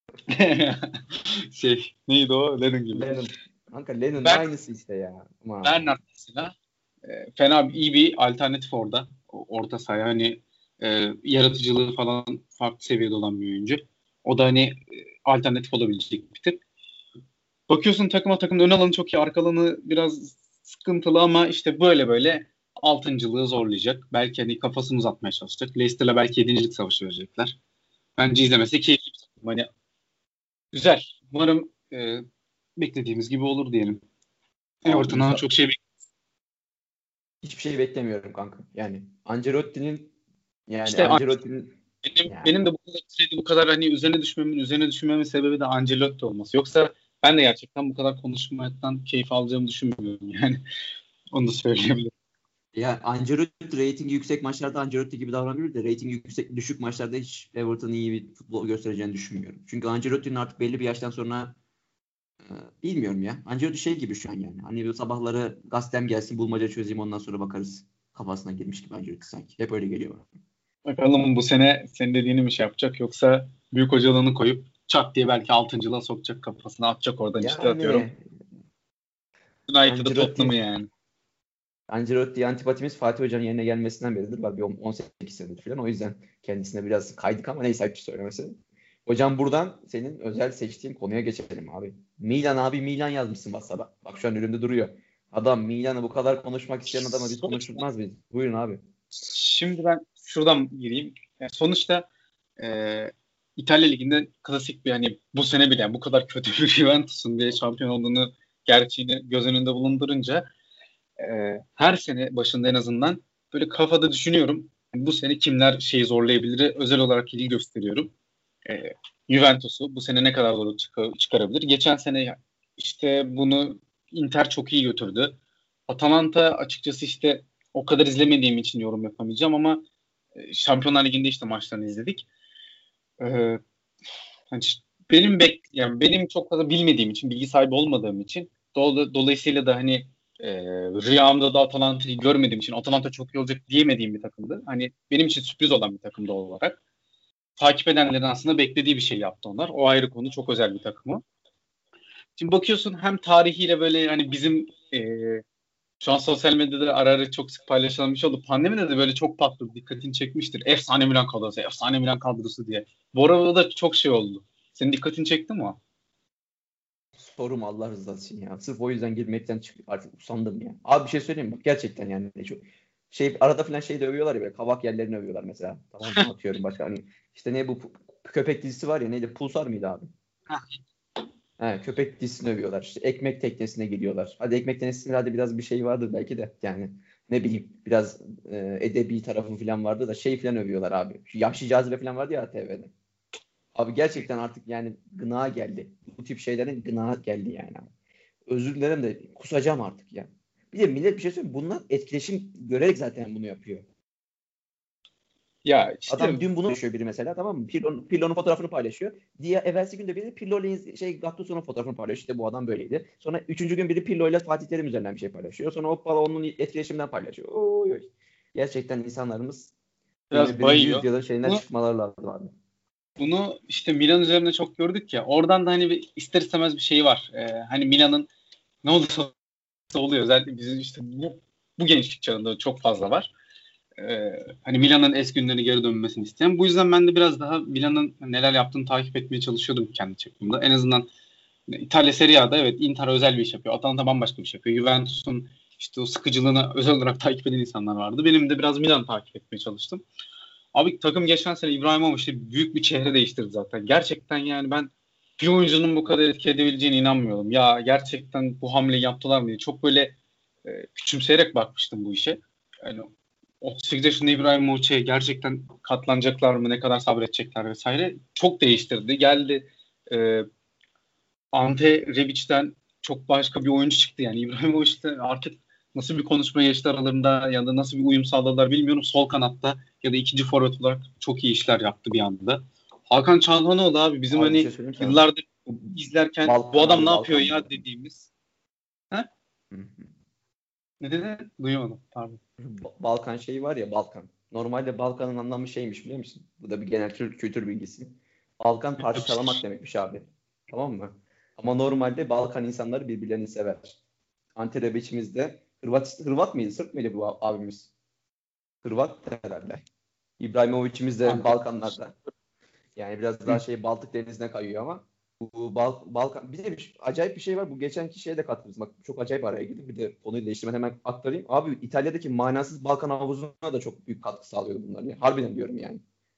Şey neydi o? Lennon gibi. Lennon. Kanka Lennon'un Ben aynısı işte ya. Aman. Bernard mesela e, fena iyi bir alternatif orada. O- Orta saha hani e, yaratıcılığı falan farklı seviyede olan bir oyuncu. O da hani e, alternatif olabilecek bir tip. Bakıyorsun takıma takımda ön alanı çok iyi, arka alanı biraz sıkıntılı ama işte böyle böyle altıncılığı zorlayacak. Belki hani kafasını uzatmaya çalışacak. Leicester'la belki yedincilik savaşı verecekler. Bence izlemesi keyifli bir takım. Hani güzel. Umarım e, beklediğimiz gibi olur diyelim. Abi Everton'dan insan çok şey bekliyorum. hiçbir şey beklemiyorum kanka. Yani Ancelotti'nin yani İşte Ancelotti'nin benim, yani benim de bu kadar sürede bu kadar hani üzerine düşmemin üzerine düşmemin sebebi de Ancelotti olması. Yoksa ben de gerçekten bu kadar konuşmaktan keyif alacağımı düşünmüyorum yani. Onu da söyleyebilirim. ya Ancelotti reytingi yüksek maçlarda Ancelotti gibi davranabilir de reytingi yüksek düşük maçlarda hiç Everton'ın iyi bir futbol göstereceğini düşünmüyorum. Çünkü Ancelotti'nin artık belli bir yaştan sonra e, bilmiyorum ya. Ancelotti şey gibi şu an yani. Hani böyle sabahları gazetem gelsin bulmaca çözeyim ondan sonra bakarız. kafasına girmiş gibi Ancelotti sanki. Hep öyle geliyor bana. Bakalım bu sene senin dediğini mi şey yapacak yoksa büyük hocalığını koyup çat diye belki altıncılığa sokacak kafasına atacak oradan işte atıyorum. Yani United'ı Ancelotti Tottenham'ı yani. Ancelotti'ye antipatimiz Fatih Hoca'nın yerine gelmesinden beridir. Var bir on sekiz senedir falan. O yüzden kendisine biraz kaydık ama neyse ayıp söylemesi. Hocam buradan senin özel seçtiğin konuya geçelim abi. Milan abi Milan yazmışsın WhatsApp'a. Bak şu an önümde duruyor. Adam Milan'ı bu kadar konuşmak isteyen adama biz konuşturmaz mıyız? Buyurun abi. Şimdi ben şuradan gireyim. Yani sonuçta e, İtalya Ligi'nde klasik bir hani bu sene bile yani bu kadar kötü bir Juventus'un diye şampiyon olduğunu gerçeğini göz önünde bulundurunca e, her sene başında en azından böyle kafada düşünüyorum. Yani bu sene kimler şeyi zorlayabilir? Özel olarak ilgi gösteriyorum. E, Juventus'u bu sene ne kadar doğru çıkar, çıkarabilir? Geçen sene işte bunu Inter çok iyi götürdü. Atalanta açıkçası işte o kadar izlemediğim için yorum yapamayacağım ama e, Şampiyonlar Ligi'nde işte maçlarını izledik. Ee, hani benim bek yani benim çok fazla bilmediğim için, bilgi sahibi olmadığım için do- dolayısıyla da hani e, rüyamda da Atalanta'yı görmediğim için Atalanta çok iyi olacak diyemediğim bir takımdı. Hani benim için sürpriz olan bir takım doğal olarak. Takip edenlerin aslında beklediği bir şey yaptı onlar. O ayrı konu, çok özel bir takımı. Şimdi bakıyorsun hem tarihiyle böyle hani bizim e, şu an sosyal medyada ara ara çok sık paylaşılan bir şey oldu. Pandemide de böyle çok patladı. Dikkatini çekmiştir. Efsane Milan kadrosu, efsane Milan kadrosu diye. Bu arada da çok şey oldu. Senin dikkatini çekti mi o? Sorum Allah rızası için ya. Sırf o yüzden girmekten çık artık usandım ya. Abi bir şey söyleyeyim mi? Bak gerçekten yani çok şey arada falan şey de övüyorlar ya böyle kavak yerlerini övüyorlar mesela. Tamam mı? Atıyorum başka hani işte ne bu köpek dizisi var ya neydi? Pulsar mıydı abi? He, köpek dizisini övüyorlar. İşte ekmek teknesine gidiyorlar. Hadi ekmek teknesinde hadi biraz bir şey vardır belki de. Yani ne bileyim biraz e, edebi tarafı falan vardı da şey falan övüyorlar abi. Şu Yahşi Cazibe falan vardı ya T V'de. Abi gerçekten artık yani gına geldi. Bu tip şeylerin gına geldi yani. Özür dilerim de kusacağım artık ya. Bir de millet bir şey söyleyeyim. Bunlar etkileşim görerek zaten bunu yapıyor. Ya işte Adam dün bunu paylaşıyor biri mesela tamam mı? Pirlo'nun, Pirlo'nun fotoğrafını paylaşıyor. Diye evvelsi günde biri Pirlo ile şey Gattuso'nun fotoğrafını paylaşıyor. İşte bu adam böyleydi. Sonra üçüncü gün biri Pirlo ile Fatih Terim üzerinden bir şey paylaşıyor. Sonra o onun etkileşimden paylaşıyor. Oy, oy. Gerçekten insanlarımız biraz yirmi birinci bayıyor. yüzyılın şeyinden Bunu, çıkmaları lazım abi. bunu işte Milan üzerinde çok gördük ya. Oradan da hani bir ister istemez bir şey var. Ee, hani Milan'ın ne olursa oluyor. Özellikle bizim işte bu, bu gençlik çağında çok fazla var. Ee, hani Milan'ın eski günlerine geri dönmesini isteyen. Bu yüzden ben de biraz daha Milan'ın neler yaptığını takip etmeye çalışıyordum kendi çapımda. En azından İtalya Serie A'da evet Inter özel bir iş yapıyor. Atalanta bambaşka bir şey yapıyor. Juventus'un işte o sıkıcılığını özel olarak takip eden insanlar vardı. Benim de biraz Milan takip etmeye çalıştım. Abi takım geçen sene İbrahimovic işte büyük bir çehre değiştirdi zaten. Gerçekten yani ben bir oyuncunun bu kadar etki edebileceğine inanmıyordum. Ya gerçekten bu hamleyi yaptılar mı diye. Çok böyle e, küçümseyerek bakmıştım bu işe. Yani otuz sekiz yaşında İbrahimovic'e gerçekten katlanacaklar mı, ne kadar sabredecekler vesaire. Çok değiştirdi. Geldi e, Ante Rebic'ten çok başka bir oyuncu çıktı yani. İbrahimovic de artık nasıl bir konuşma geçti aralarında ya da nasıl bir uyum sağladılar bilmiyorum. Sol kanatta ya da ikinci forvet olarak çok iyi işler yaptı bir anda. Hakan Çalhanoğlu abi bizim Abi bir şey hani söyleyeyim sana. yıllardır izlerken bu Balkan adam abi ne yapıyor Balkan bu. ya dediğimiz. Ha? Hı hı. Ne dedi? Duyamadım. Pardon. Balkan şeyi var ya Balkan. Normalde Balkan'ın anlamı şeymiş biliyor musun? Bu da bir genel Türk kültür bilgisi. Balkan parçalamak demekmiş abi. Tamam mı? Ama normalde Balkan insanları birbirlerini sever. Ante Rebic'imiz de Hırvat, Hırvat mıydı? Sırp mıydı bu abimiz? Hırvat herhalde. İbrahimovic'imiz de Ante. Balkanlarda. Yani biraz daha Hı. şey Baltık Denizi'ne kayıyor ama bu Bal Balkan bir de bir, acayip bir şey var. Bu geçenki şeye de kattınız. Bak çok acayip araya girdim. Bir de konuyu değiştirmeden hemen aktarayım. Abi İtalya'daki manasız Balkan havuzuna da çok büyük katkı sağlıyordu bunlar. Ya. Harbiden diyorum yani.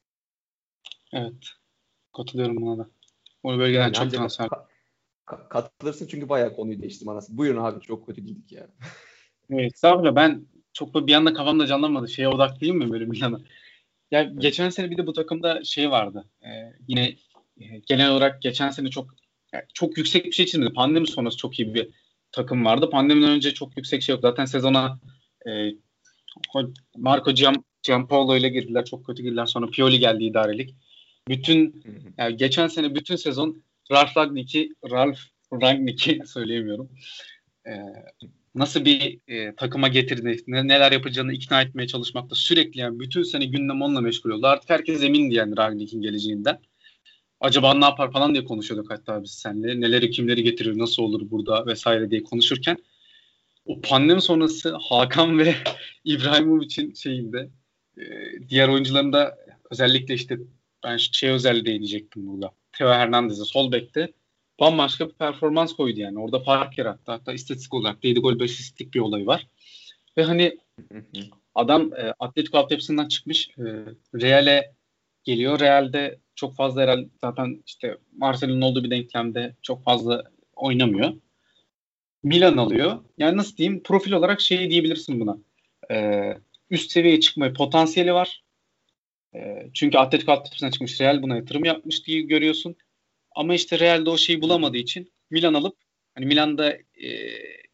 Evet. Katılıyorum buna da. O bölgeden Yani çok ancak transfer. ka- ka- katılırsın çünkü bayağı konuyu değiştirdim anasını. Buyurun abi çok kötü değildik ya. Evet. Estağfurullah ben çok da bir anda kafamda canlanmadı. Şeye odaklıyım mı böyle bir yana? Ya Evet. geçen sene bir de bu takımda şey vardı. Ee, yine e, genel olarak geçen sene çok yani çok yüksek bir şey çizmedi. Pandemi sonrası çok iyi bir takım vardı. Pandemiden önce çok yüksek şey yok. Zaten sezona e, Marco Giam, Giampaolo ile girdiler. Çok kötü girdiler. Sonra Pioli geldi idarelik. Bütün Hı hı. yani geçen sene bütün sezon Ralf Rangnick'i Ralf Rangnick'i söyleyemiyorum. Ee, nasıl bir e, takıma getirdi, ne, neler yapacağını ikna etmeye çalışmakta sürekli yani bütün sene gündem onunla meşgul oldu. Artık herkes emindi yani Rangnick'in geleceğinden. Acaba ne yapar falan diye konuşuyorduk hatta biz seninle. Neleri kimleri getirir, nasıl olur burada vesaire diye konuşurken o pandemi sonrası Hakan ve İbrahimovic'in şeyinde e, diğer oyuncuların da özellikle işte ben şey özelliği değinecektim burada. Theo Hernandez'e sol bekte bambaşka bir performans koydu yani. Orada fark yarattı. Hatta istatistik olarak yedi gol beş asistlik bir olayı var. Ve hani adam e, Atletico altyapısından çıkmış e, Real'e geliyor. Real'de çok fazla herhalde zaten işte Marcelo'nun olduğu bir denklemde çok fazla oynamıyor. Milan alıyor. Yani nasıl diyeyim? Profil olarak şey diyebilirsin buna. Ee, üst seviyeye çıkmaya potansiyeli var. Ee, çünkü Atletico altyapısına çıkmış. Real buna yatırım yapmış diye görüyorsun. Ama işte Real'de o şeyi bulamadığı için Milan alıp hani Milan'da e,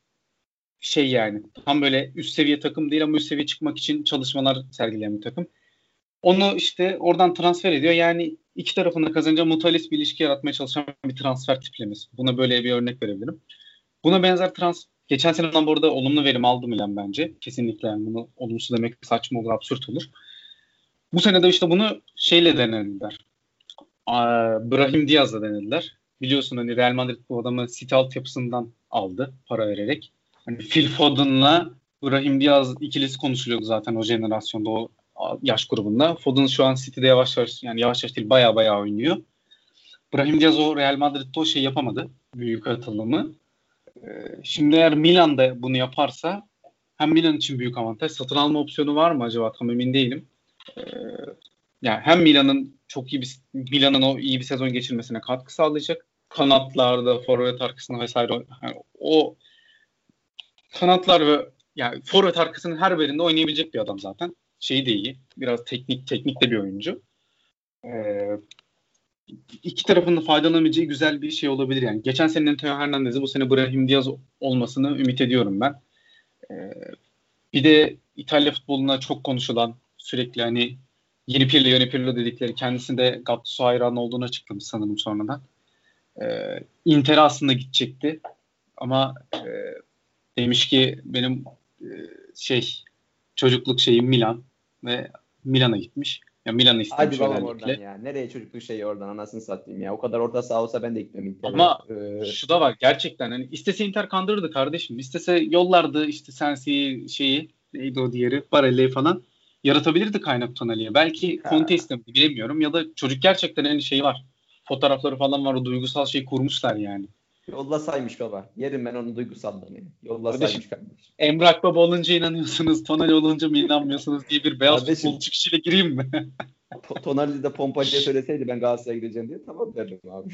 şey yani tam böyle üst seviye takım değil ama üst seviye çıkmak için çalışmalar sergileyen bir takım. Onu işte oradan transfer ediyor. Yani iki tarafında kazanınca mutualist bir ilişki yaratmaya çalışan bir transfer tiplemesi. Buna böyle bir örnek verebilirim. Buna benzer trans geçen seneden bu arada olumlu verim aldı Milan bence. Kesinlikle yani bunu olumsuz demek saçma olur, absürt olur. Bu sene de işte bunu şeyle denediler. Aa, Brahim Diaz'la denediler. Biliyorsun hani Real Madrid bu adamı City altyapısından aldı para vererek. Hani Phil Foden'la Brahim Diaz ikilisi konuşuluyordu zaten o jenerasyonda o yaş grubunda. Foden şu an City'de yavaş yavaş yani yavaş yavaş değil baya baya oynuyor. Brahim Diaz o Real Madrid'de o şey yapamadı. Büyük atılımı. Şimdi eğer Milan da bunu yaparsa hem Milan için büyük avantaj. Satın alma opsiyonu var mı acaba? Tam emin değilim. Ee, yani hem Milan'ın çok iyi bir Milan'ın o iyi bir sezon geçirmesine katkı sağlayacak. Kanatlarda, forvet arkasında vesaire yani o kanatlar ve yani forvet arkasının her birinde oynayabilecek bir adam zaten. Şeyi de iyi. Biraz teknik teknik de bir oyuncu. Ee, iki tarafın da faydalanabileceği güzel bir şey olabilir yani. Geçen senenin Theo Hernandez'i bu sene Brahim Diaz olmasını ümit ediyorum ben. Ee, bir de İtalya futboluna çok konuşulan sürekli hani yeni Pirlo yeni Pirlo dedikleri kendisinde Gattuso hayranı olduğunu açıklamış sanırım sonradan. Ee, Inter'e aslında gidecekti ama e, demiş ki benim e, şey çocukluk şeyim Milan ve Milan'a gitmiş. Ya Milan'ı istemiş Hadi babam özellikle. oradan ya. Nereye çocukluk şeyi oradan anasını satayım ya. O kadar orta saha olsa ben de gitmem Inter'e. Ama Ee, şu da var gerçekten hani istese Inter kandırırdı kardeşim. İstese yollardı işte Sensi'yi şeyi neydi o diğeri Barella'yı falan yaratabilirdi kaynak Tonali'ye. Belki Conte ha, istemedi bilemiyorum ya da çocuk gerçekten hani şey var. Fotoğrafları falan var o duygusal şeyi kurmuşlar yani. yollasaymış baba. Yerim ben onun duygusallığını. Kardeşim Yollasaymış kardeşim. Emrah Baba olunca inanıyorsunuz, Tonali olunca mı inanmıyorsunuz diye bir beyaz futbol Kardeşim çıkışıyla gireyim mi? To- Tonali de pompacıya söyleseydi ben Galatasaray'a gideceğim diye tamam derdim abi.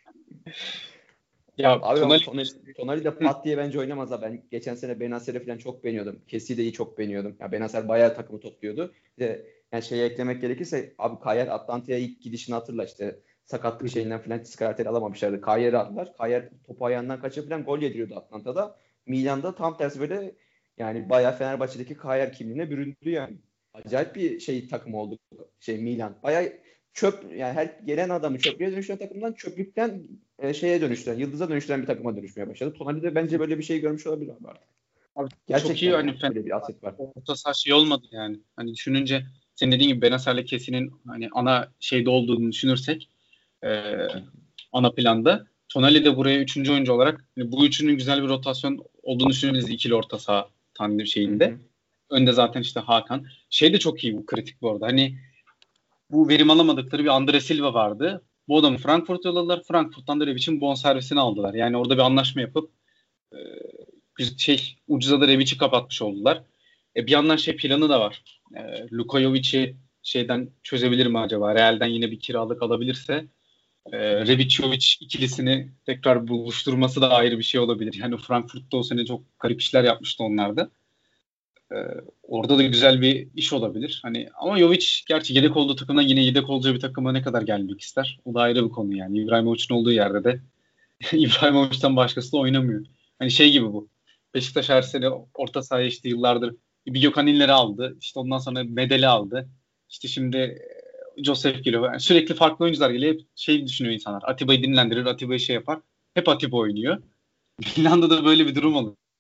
Ya Abi ama Tonali Tonali, Tonali de pat diye bence oynamaz ha. Ben geçen sene Benacer'i falan çok beğeniyordum. Kessi'yi çok beğeniyordum. Ya Benacer bayağı takımı topluyordu. Bir de yani şeye eklemek gerekirse abi Kayer Atlantik'e ilk gidişini hatırla işte sakatlık şeyinden falan karakteri alamamışlardı. Kayer'i aldılar. Kayer topu ayağından kaçırıp falan gol yediriyordu Atlanta'da. Milan'da tam tersi böyle yani bayağı Fenerbahçe'deki Kayer kimliğine büründü yani. Acayip bir şey takım oldu şey Milan. Bayağı çöp yani her gelen adamı çöplüğe dönüştüren takımdan çöplükten e, şeye dönüştüren, yıldıza dönüştüren bir takıma dönüşmeye başladı. Tonali de bence böyle bir şey görmüş olabilir abi artık. abi çok iyi Gerçekten hani yani öyle bir aset var. orta saha şey olmadı yani. Hani düşününce senin dediğin gibi Benacer'le Kessi'nin hani ana şeyde olduğunu düşünürsek e, ana planda Tonali de buraya üçüncü oyuncu olarak hani bu üçünün güzel bir rotasyon olduğunu düşünebiliriz ikili orta saha tandem Hı şeyinde. hı. Önde zaten işte Hakan. Şey de çok iyi bu kritik bu arada. Hani bu verim alamadıkları bir Andre Silva vardı. Bu adamı Frankfurt'a yolladılar. Frankfurt'tan da öyle biçim bonservisini aldılar. Yani orada bir anlaşma yapıp e, şey ucuza da Rebic'i kapatmış oldular. E, bir yandan şey planı da var. E, Luka Jovic'i şeyden çözebilir mi acaba? Real'den yine bir kiralık alabilirse e, Rebic Jovic ikilisini tekrar buluşturması da ayrı bir şey olabilir. Yani Frankfurt'ta o sene çok garip işler yapmıştı onlar da. E, orada da güzel bir iş olabilir. Hani ama Jovic gerçi yedek olduğu takımdan yine yedek olacağı bir takıma ne kadar gelmek ister? O da ayrı bir konu yani. İbrahimovic'in olduğu yerde de İbrahimovic'ten başkası da oynamıyor. Hani şey gibi bu. Beşiktaş her sene orta sahaya işte yıllardır bir Gökhan İller'i aldı. İşte ondan sonra Medel'i aldı. İşte şimdi e, Joseph geliyor. Yani sürekli farklı oyuncular geliyor. Hep şey düşünüyor insanlar. Atiba'yı dinlendirir, Atiba'yı şey yapar. Hep Atiba oynuyor. Finlanda'da böyle bir durum oluyor.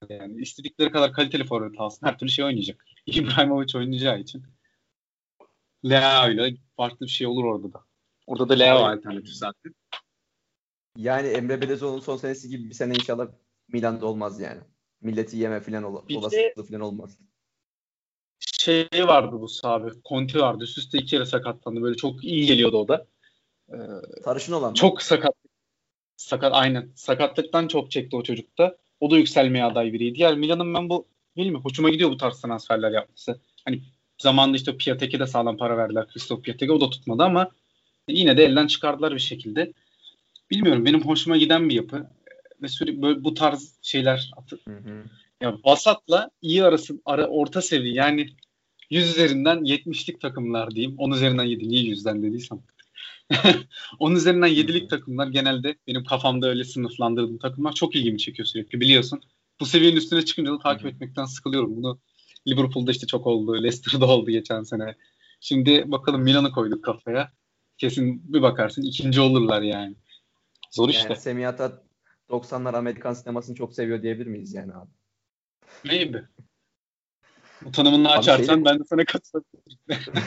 yani. İstedikleri kadar kaliteli forvet alsın. Her türlü şey oynayacak. İbrahimovic oynayacağı için. Leao ile farklı bir şey olur orada da. Orada da Leao alternatif zaten. Yani Emre Belezoğlu'nun son senesi gibi bir sene inşallah Milan'da olmaz yani. Milleti yeme falan ol- olasılığı falan olmaz. Şey vardı bu abi. Conte vardı. Üst üste iki kere sakatlandı. Böyle çok iyi geliyordu o da. Ee, Sarışın olan mı? Çok sakat. Sakat aynen. Sakatlıktan çok çekti o çocuk da. O da yükselmeye aday biriydi. Yani Milan'ın ben bu bilmiyorum. Hoşuma gidiyor bu tarz transferler yapması. Hani zamanında işte Piatek'e de sağlam para verdiler. Christoph Piatek'e o da tutmadı ama yine de elden çıkardılar bir şekilde. Bilmiyorum. Benim hoşuma giden bir yapı. Ve sürekli böyle bu tarz şeyler atı. Hı hı. Ya vasatla iyi arası ara orta seviye yani yüz üzerinden yetmişlik takımlar diyeyim. on üzerinden yedi. Niye yüzden dediysem. on üzerinden yedilik takımlar genelde benim kafamda öyle sınıflandırdığım takımlar çok ilgimi çekiyor sürekli biliyorsun. Bu seviyenin üstüne çıkınca da takip etmekten sıkılıyorum. Bunu Liverpool'da işte çok oldu. Leicester'da oldu geçen sene. Şimdi bakalım Milan'ı koyduk kafaya. Kesin bir bakarsın ikinci olurlar yani. Zor Yani işte. Semihata doksanlar Amerikan sinemasını çok seviyor diyebilir miyiz yani abi? Maybe. Bu tanımını Abi açarsan şeyle... ben de sana katılabilirim.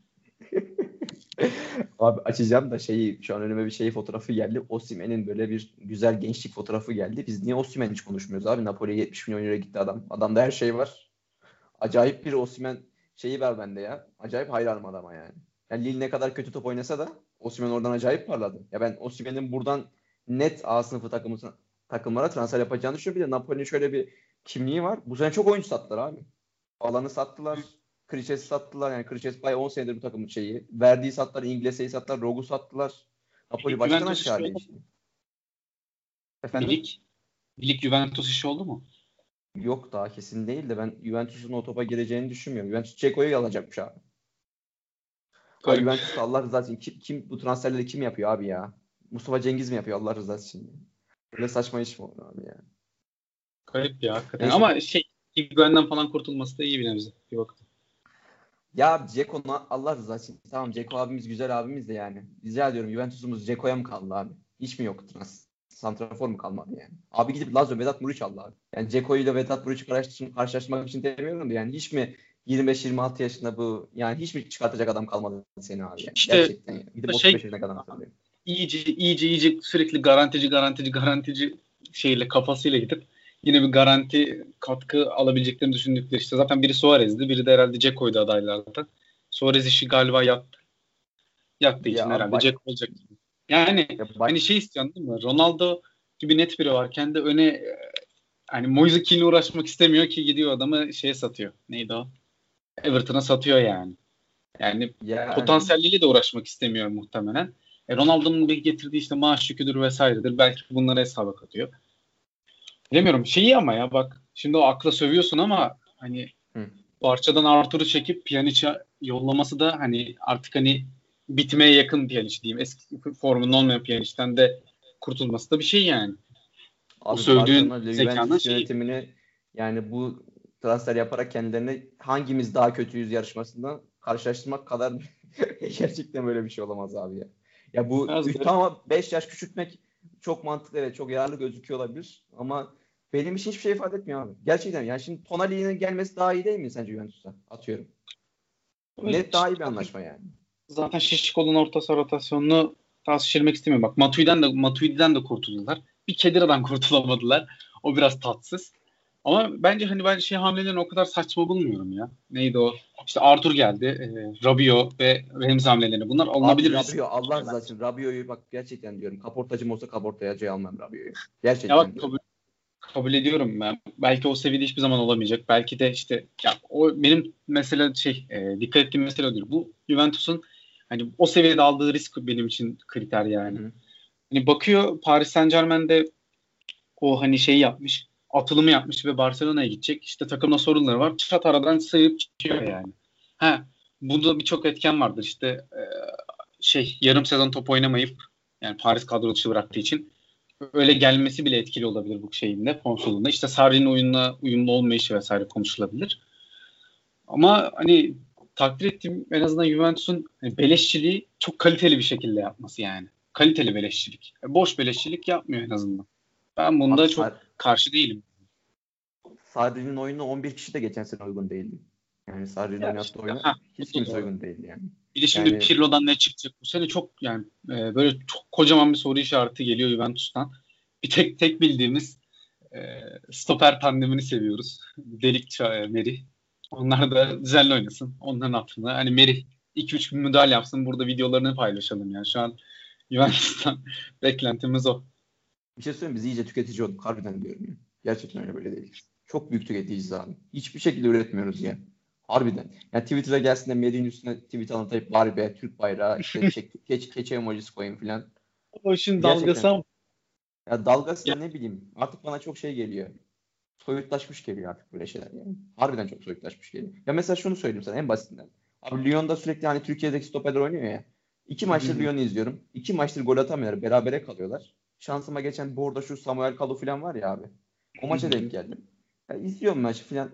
Abi açacağım da şeyi şu an önüme bir şey fotoğrafı geldi. Osimhen'in böyle bir güzel gençlik fotoğrafı geldi. Biz niye Osimhen hiç konuşmuyoruz abi? Napoli'ye yetmiş milyon euro gitti adam. Adamda her şey var. Acayip bir Osimhen şeyi var bende ya. Acayip hayranım adama yani. Yani Lille ne kadar kötü top oynasa da Osimhen oradan acayip parladı. Ya ben Osimhen'in buradan net A sınıfı takımı, takımlara transfer yapacağını düşünüyorum. Bir de Napoli'nin şöyle bir kimliği var. Bu sene çok oyuncu sattılar abi. Alanı sattılar. Krişes'i sattılar. Yani Krişes bayağı on senedir bu takımın şeyi. Verdiği sattılar. İngilizce'yi sattılar. Rogu sattılar. Napoli baştan Juventus işi aşağı oldu değişti. mu? Efendim? Milik, Milik Juventus işi oldu mu? Yok daha kesin değil de ben Juventus'un o topa gireceğini düşünmüyorum. Juventus Ceko'yu alacakmış abi. Abi Garip. Juventus'ta Allah rızası için kim, kim bu transferleri kim yapıyor abi ya? Mustafa Cengiz mi yapıyor Allah rızası için? Böyle saçma iş mi olur abi ya? Garip ya hakikaten. Neyse. Ama şey Higuain'den falan kurtulması da iyi bir nebze. Bir bakın. Ya Ceko Allah rızası için. Tamam Ceko abimiz güzel abimiz de yani. Rica ediyorum Juventus'umuz Ceko'ya mı kaldı abi? Hiç mi yok trans? Santrafor mu kalmadı yani? Abi gidip Lazio Vedat Muriç aldı abi. Yani Ceko ile Vedat Muriç'i karşılaştırmak için demiyorum da yani hiç mi yirmi beş yirmi altı yaşında bu yani hiç mi çıkartacak adam kalmadı seni abi yani? İşte Gerçekten yani. Gidip şey otuz beş yaşına kadar söyleyeyim. iyice iyice iyice sürekli garantici garantici garantici şeyle kafasıyla gidip yine bir garanti katkı alabileceklerini düşündükleri işte zaten biri Suarez'di biri de herhalde Ceko'ydu adaylardan. Suarez işi galiba yattı. Yattığı için Ya abi herhalde baş, Ceko olacak. Yani ya baş, hani şey istiyorsun değil mi? Ronaldo gibi net biri varken de öne hani Moise Kean'le uğraşmak istemiyor ki gidiyor adamı şeye satıyor. Neydi o? Everton'a satıyor yani. Yani ya potansiyelliyle de uğraşmak istemiyor muhtemelen. E, Ronaldo'nun bir getirdiği işte maaş yüküdür vesairedir. Belki bunları hesaba katıyor. Bilemiyorum. Şeyi ama ya bak şimdi o akla sövüyorsun ama hani hı. Barça'dan Arthur'u çekip Pjanic'e yollaması da hani artık hani bitmeye yakın Pjanic diyeyim. Eski formunun olmayan Pjanic'ten de kurtulması da bir şey yani. O Abi sövdüğün Barcelona ile zekanın Juventus şeyi. yönetimini yani bu transfer yaparak kendilerine hangimiz daha kötüyüz yarışmasında karşılaştırmak kadar gerçekten böyle bir şey olamaz abi ya. Ya bu Biraz üç, garip. tamam beş yaş küçültmek çok mantıklı evet çok yararlı gözüküyor olabilir ama benim için hiçbir şey ifade etmiyor abi. Gerçekten yani şimdi Tonali'nin gelmesi daha iyi değil mi sence Juventus'a? Atıyorum. Net daha iyi bir anlaşma yani. Zaten şişik olan orta saha rotasyonunu daha şişirmek istemiyor. Bak Matui'den de Matui'den de kurtuldular. Bir Kedira'dan kurtulamadılar. O biraz tatsız. Ama bence hani ben şey hamlelerini o kadar saçma bulmuyorum ya. Neydi o? İşte Arthur geldi. E, Rabiot ve Remzi hamleleri. Bunlar Abi alınabilir risk. Rabiot Allah rızası için Rabiot'u bak gerçekten diyorum. Kaportacım olsa kaportaya şey almam Rabiot'u. Ya Gerçekten bak diyorum. kabul, kabul ediyorum ben. Belki o seviyede hiçbir zaman olamayacak. Belki de işte ya o benim mesela şey e, dikkat ettiğim mesele odur. Bu Juventus'un hani o seviyede aldığı risk benim için kriter Hı yani. hı. Hani bakıyor Paris Saint-Germain'de o hani şey yapmış, atılımı yapmış ve Barcelona'ya gidecek. İşte takımda sorunları var. Çat aradan sayıp çıkıyor yani. Ha, bunda birçok etken vardır. İşte e, şey yarım sezon top oynamayıp yani Paris kadro dışı bıraktığı için öyle gelmesi bile etkili olabilir bu şeyinde, konsolunda. İşte Sarri'nin oyunla uyumlu olmayışı vesaire konuşulabilir. Ama hani takdir ettiğim en azından Juventus'un hani beleşçiliği çok kaliteli bir şekilde yapması yani. Kaliteli beleşçilik. Boş beleşçilik yapmıyor en azından. Ben Abi bunda çok Sar karşı değilim. Sarri'nin oyununa on bir kişi de geçen sene uygun değildi. Yani Sarri'nin Ya oynattığı işte, oyuna ha, hiç kimse uygun değildi yani. Bir de şimdi Yani Pirlo'dan ne çıkacak bu sene çok yani e, böyle çok kocaman bir soru işareti geliyor Juventus'tan. Bir tek tek bildiğimiz e, stoper tandemini seviyoruz. Delik e, Merih. Onlar da düzenli oynasın. Onların hatırına. Hani Merih iki üç gün müdahale yapsın. Burada videolarını paylaşalım yani. Şu an Juventus'tan beklentimiz o. bir şey söyleyeyim, biz iyice tüketici olduk. Harbiden diyorum ya. Gerçekten öyle, böyle değil. Çok büyük tüketiciyiz abi. Hiçbir şekilde üretmiyoruz ya. Harbiden. Yani Twitter'a gelsin de Merih'in üstüne tweet anlatayım. Bari be Türk bayrağı işte çek, keç, keçe emojisi koyayım filan. O işin dalgası Gerçekten. ama. Ya dalgası da Ya, ne bileyim. Artık bana çok şey geliyor. Soyutlaşmış geliyor artık böyle şeyler yani. Harbiden çok soyutlaşmış geliyor. Ya mesela şunu söyleyeyim sana en basitinden. Abi Lyon'da sürekli hani Türkiye'deki stoperler oynuyor ya. İki maçtır Lyon'u izliyorum. İki maçtır gol atamıyorlar. Berabere kalıyorlar. Şansıma geçen bu arada şu Samuel Kalu falan var ya abi. O maça denk geldim. Ya izliyorum maçı falan.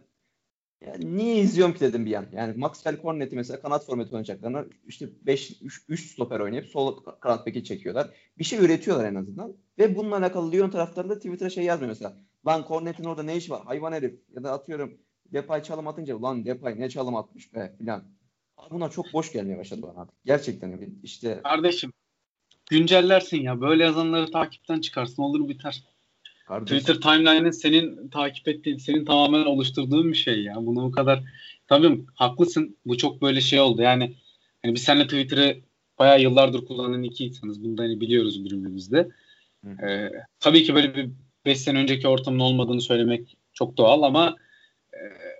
Ya niye izliyorum ki dedim bir an. Yani Maxwell Cornet'i mesela kanat forveti oynayacaklarına işte beş üç stoper oynayıp sol kanat beki çekiyorlar. Bir şey üretiyorlar en azından. Ve bununla alakalı Lyon taraftarı da Twitter'a şey yazmıyor mesela. Lan Cornet'in orada ne işi var? Hayvan herif. Ya da atıyorum Depay çalım atınca ulan Depay ne çalım atmış be filan. Buna çok boş gelmeye başladı bana artık. Gerçekten öyle. İşte kardeşim güncellersin ya. Böyle yazanları takipten çıkarsın. Olur biter. Twitter kardeşim. timeline'ın senin takip ettiğin, senin tamamen oluşturduğun bir şey ya. Bunu bu kadar tabii haklısın. Bu çok böyle şey oldu. Yani hani biz seninle Twitter'ı bayağı yıllardır kullanan iki insanız. Bunu da hani biliyoruz birbirimizde. Hı hı. Ee, tabii ki böyle bir beş sene önceki ortamın olmadığını söylemek çok doğal ama e,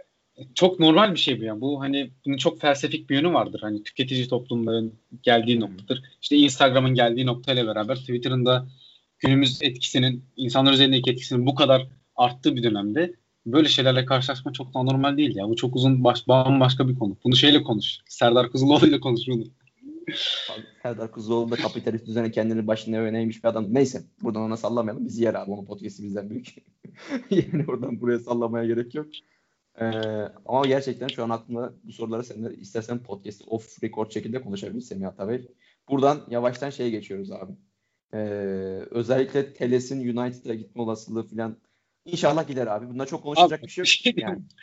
çok normal bir şey bu ya. Bu hani bunun çok felsefik bir yönü vardır. Hani tüketici toplumların geldiği Hı hı. noktadır. İşte Instagram'ın geldiği noktayla beraber Twitter'ın da günümüz etkisinin, insanlar üzerindeki etkisinin bu kadar arttığı bir dönemde böyle şeylerle karşılaşma çok da normal değil ya. Bu çok uzun, baş, bambaşka bir konu. Bunu şeyle konuş. Serdar Kızıloğlu ile konuş bunu. Abi, Serdar Kuzuloğlu da kapitalist düzene kendini başına öğreneymiş bir adam. Neyse buradan ona sallamayalım. Bizi yer abi. Onun podcast'i bizden büyük. Yani oradan buraya sallamaya gerek yok. Ee, ama gerçekten şu an aklımda bu soruları seninle istersen podcast off record şekilde konuşabiliriz Semih Atabey. Buradan yavaştan şeye geçiyoruz abi. Ee, özellikle Teles'in United'a gitme olasılığı falan İnşallah gider abi. Bunda çok Abi konuşacak bir şey bir yok. şey Yani diyeyim.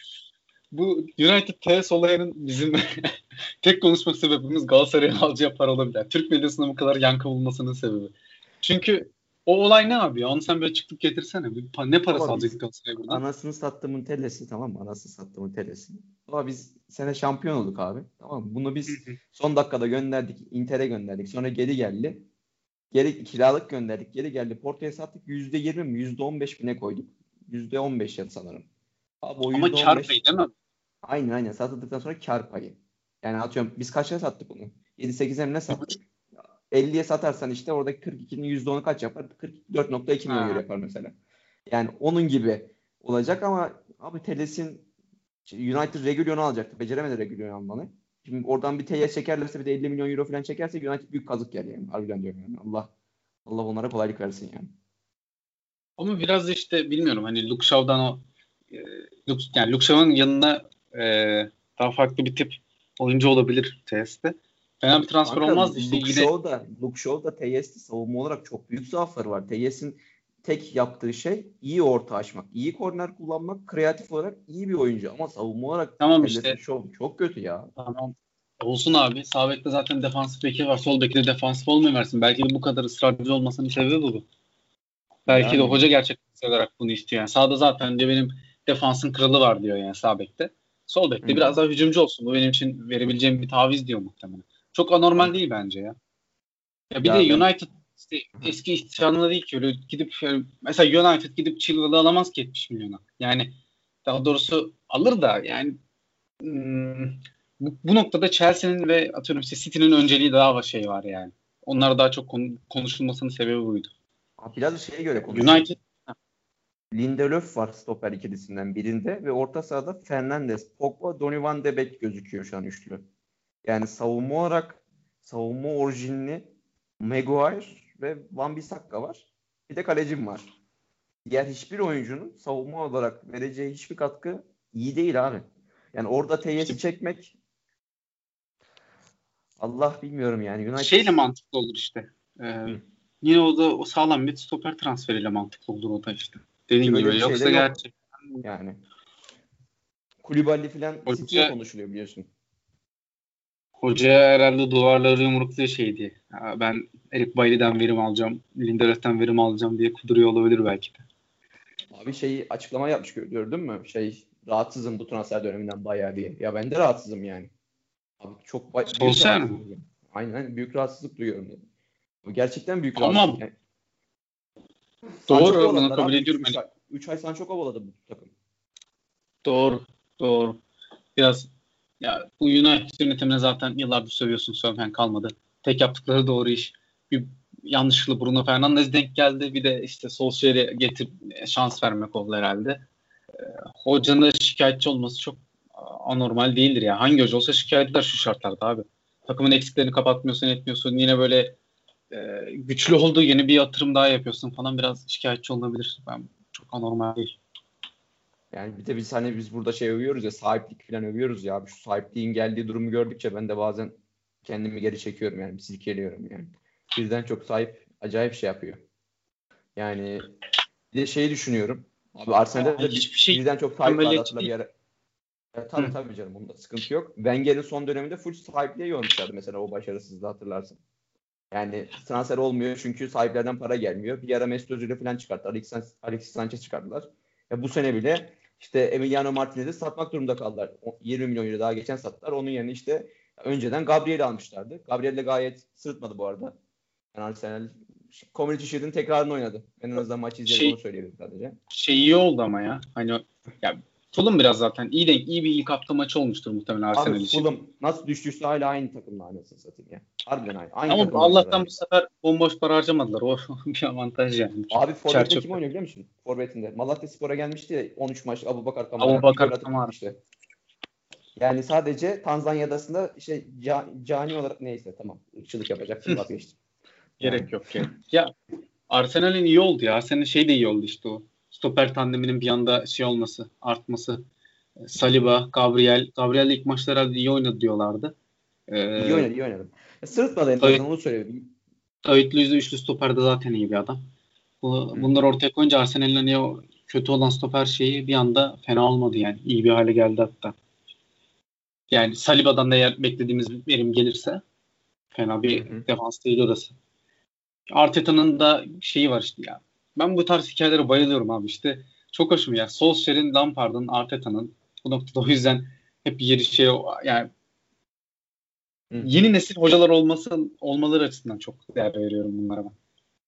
Bu United T S olayının bizim tek konuşma sebebimiz Galatasaray'ın alacağı para olabilir. Türk medyasında bu kadar yankı bulmasının sebebi. Çünkü o olay ne abi ya? Onu sen böyle çıkıp getirsene. Bir pa- ne parası baba alacak biz Galatasaray buradan? anasını sattığımın Teles'i, tamam mı? Anasını sattığımın Teles'i. Baba biz sene şampiyon olduk abi. Tamam mı? Bunu Hı biz hı. son dakikada gönderdik. Inter'e gönderdik. Sonra geri geldi. Geri kiralık gönderdik. Geri geldi. Porto'ya sattık. yüzde yirmi mi? yüzde on beş mi ne koyduk? yüzde on beş ya sanırım. Abi o Ama kar payı yüzde on beş değil mi? aynen aynen satıldıktan sonra kar payı. Yani atıyorum biz kaça sattık bunu? yedi sekiz emine Bir buçuk. sattık. elliye satarsan işte oradaki kırk ikinin yüzde onu kaç yapar? kırk dört nokta iki milyon euro Ha. yapar mesela. Yani onun gibi olacak ama abi Teles'in United Reguilon'u alacaktı. Beceremedi Reguilon'u almanı. Şimdi oradan bir T Y çekerlerse bir de elli milyon euro falan çekerse United büyük kazık yer yani. Harbiden diyorum yani. Allah Allah onlara kolaylık versin yani. Ama biraz da işte bilmiyorum hani Luke Shaw'dan o e, Luke, yani Luke Shaw'ın yanına e, daha farklı bir tip oyuncu olabilir T S'te. Fena bir transfer Kanka olmazdı işte Luke yine Shaw'da Luke Shaw'da T Y'de savunma olarak çok büyük zaafları var. T Y'sin tek yaptığı şey iyi orta açmak, iyi korner kullanmak, kreatif olarak iyi bir oyuncu ama savunma olarak tamam T Y'sin işte şov çok kötü ya. tamam. Olsun abi. Sağ bekte zaten defansif beki var. Sol bekte defansif olmayı versin. Belki de bu kadar ısrarcı olmasının sebebi bu. Belki de Yani hoca gerçekten severek bunu istiyor. Yani sağda zaten diyor benim defansın kralı var diyor yani sağ bekte. Sol bekte hı. biraz daha hücumcu olsun. Bu benim için verebileceğim bir taviz diyor muhtemelen. Çok anormal Kanka, değil bence ya. Ya bir de ya ben United işte eski ihtişamında değil ki öyle gidip şöyle, mesela United gidip Chilwell'ı alamaz ki yetmiş milyona. Yani daha doğrusu alır da yani hmm, bu, bu noktada Chelsea'nin ve atıyorum işte City'nin önceliği daha şey var yani. Onlar daha çok konu, konuşulmasının sebebi buydu. biraz da şeye göre konuşuyorum. United Lindelöf var stoper ikilisinden birinde ve orta sahada Fernandes, Pogba, Donny van de Beek gözüküyor şu an üçlü. Yani savunma olarak savunma orijinli Maguire ve Wan-Bissaka var. Bir de kalecim var. Diğer hiçbir oyuncunun savunma olarak vereceği hiçbir katkı iyi değil abi. Yani orada T Y'si işte çekmek Allah bilmiyorum yani United şeyle mantıklı olur işte. Ee, Hı. yine o da o sağlam bir stoper transferiyle mantıklı olur o da işte. Dediğin Ki öyle gibi. bir şey de Yoksa yok. gerçek Yani Koulibaly falan Hoca- City'ye konuşuluyor biliyorsun. Hoca herhalde duvarları yumrukluyor şeydi. Ya ben Eric Bailly'den verim alacağım, Lindelöf'ten verim alacağım diye kuduruyor olabilir belki de. Abi şey açıklama yapmış gö- gördün mü? Şey rahatsızım bu transfer döneminden bayağı diye. Ya ben de rahatsızım yani. Abi çok ba- büyük Solskjaer mi? rahatsızlık duyuyorum. Aynen büyük rahatsızlık duyuyorum. Yani. Bu gerçekten büyük Ama rahatsızlık. Yani. Sancho doğru, bunu kovaladılar kabul abi. ediyorum. üç Hani ay, üç ay Sancho kovaladı bu takım. doğru, doğru. Biraz ya bu United yönetimine zaten yıllardır sövüyorsun, sövmen kalmadı. Tek yaptıkları doğru iş. Bir yanlışlıkla Bruno Fernandes denk geldi. Bir de işte Solskjaer'i getirip şans vermek oldu herhalde. Hocanın şikayetçi olması çok anormal değildir ya. Hangi hoca olsa şikayet eder şu şartlarda abi. Takımın eksiklerini kapatmıyorsun, etmiyorsun. Yine böyle e, güçlü olduğu yeni bir yatırım daha yapıyorsun falan, biraz şikayetçi olabilir. Ben çok anormal değil. Yani bir de biz hani biz burada şey övüyoruz ya sahiplik falan övüyoruz ya. Abi şu sahipliğin geldiği durumu gördükçe ben de bazen kendimi geri çekiyorum yani silkeliyorum yani. Bizden çok sahip acayip şey yapıyor. Yani bir de şeyi düşünüyorum. Abi Arsenal'de de bir, Hiçbir şey birden çok sahip vardı mükemmeliyetçi hatırla bir değil. ara. Ya, tabii Hı. tabii canım bunda sıkıntı yok. Wenger'in son döneminde full sahipliğe yormuşlardı mesela o başarısızlığı hatırlarsın. Yani transfer olmuyor çünkü sahiplerden para gelmiyor. Bir ara Mesut Özil'i falan çıkarttılar. Alexis, Alexis Sanchez çıkarttılar. Ya bu sene bile işte Emiliano Martinez'i satmak durumunda kaldılar. yirmi milyon euro daha geçen sattılar. Onun yerine işte önceden Gabriel'i almışlardı. Gabriel de gayet sırıtmadı bu arada. Yani Arsenal Community Shield'in tekrarını oynadı. Ben en azından maçı izleyerek onu Şey söyleyebilirim sadece. şey iyi oldu ama ya. Hani ya Fulham biraz zaten iyi denk iyi bir ilk hafta maçı olmuştur muhtemelen Abi Arsenal için. Fulham nasıl düştüyse hala aynı takımla anasını satayım ya. Harbiden aynı. Aynı Ama takımla oynuyorlar Allah'tan ya. bu sefer bomboş para harcamadılar. O bir avantaj yani. Abi Forvet'te kim Çerçöp. oynuyor biliyor musun? Forvet'inde. Malatyaspor'a gelmişti ya on üç maç Abubakar Kamara. Bir gol Abubakar atıp Kamara. gitmişti. Yani sadece Tanzanya'dasında işte ca- cani olarak neyse tamam. Irkçılık yapacaktım vazgeçtim. Yani. Gerek yok gerek. Ya Arsenal'in iyi oldu ya. Arsenal'in şey de iyi oldu işte o. Stoper tandeminin bir anda şey olması, artması. Saliba, Gabriel. Gabriel ilk maçta herhalde iyi oynadı diyorlardı. iyi Ee, oynadı iyi oynadı. Ya, sırıtmadı en azından David, onu söyleyeyim. David Luiz'de üçlü stoperde zaten iyi bir adam. Bu, Hı hı. bunları ortaya koyunca Arsenal'in hani o kötü olan stoper şeyi bir anda fena olmadı yani. İyi bir hale geldi hatta. Yani Saliba'dan da eğer beklediğimiz verim gelirse fena Hı bir hı. defans değil orası. Arteta'nın da şeyi var işte ya. Ben bu tarz hikayelere bayılıyorum abi işte. Çok hoşuma ya. Solskjaer'in, Lampard'ın, Arteta'nın bu noktada o yüzden hep yeri şey yani Hı hı. yeni nesil hocalar olması olmaları açısından çok değer veriyorum bunlara ben.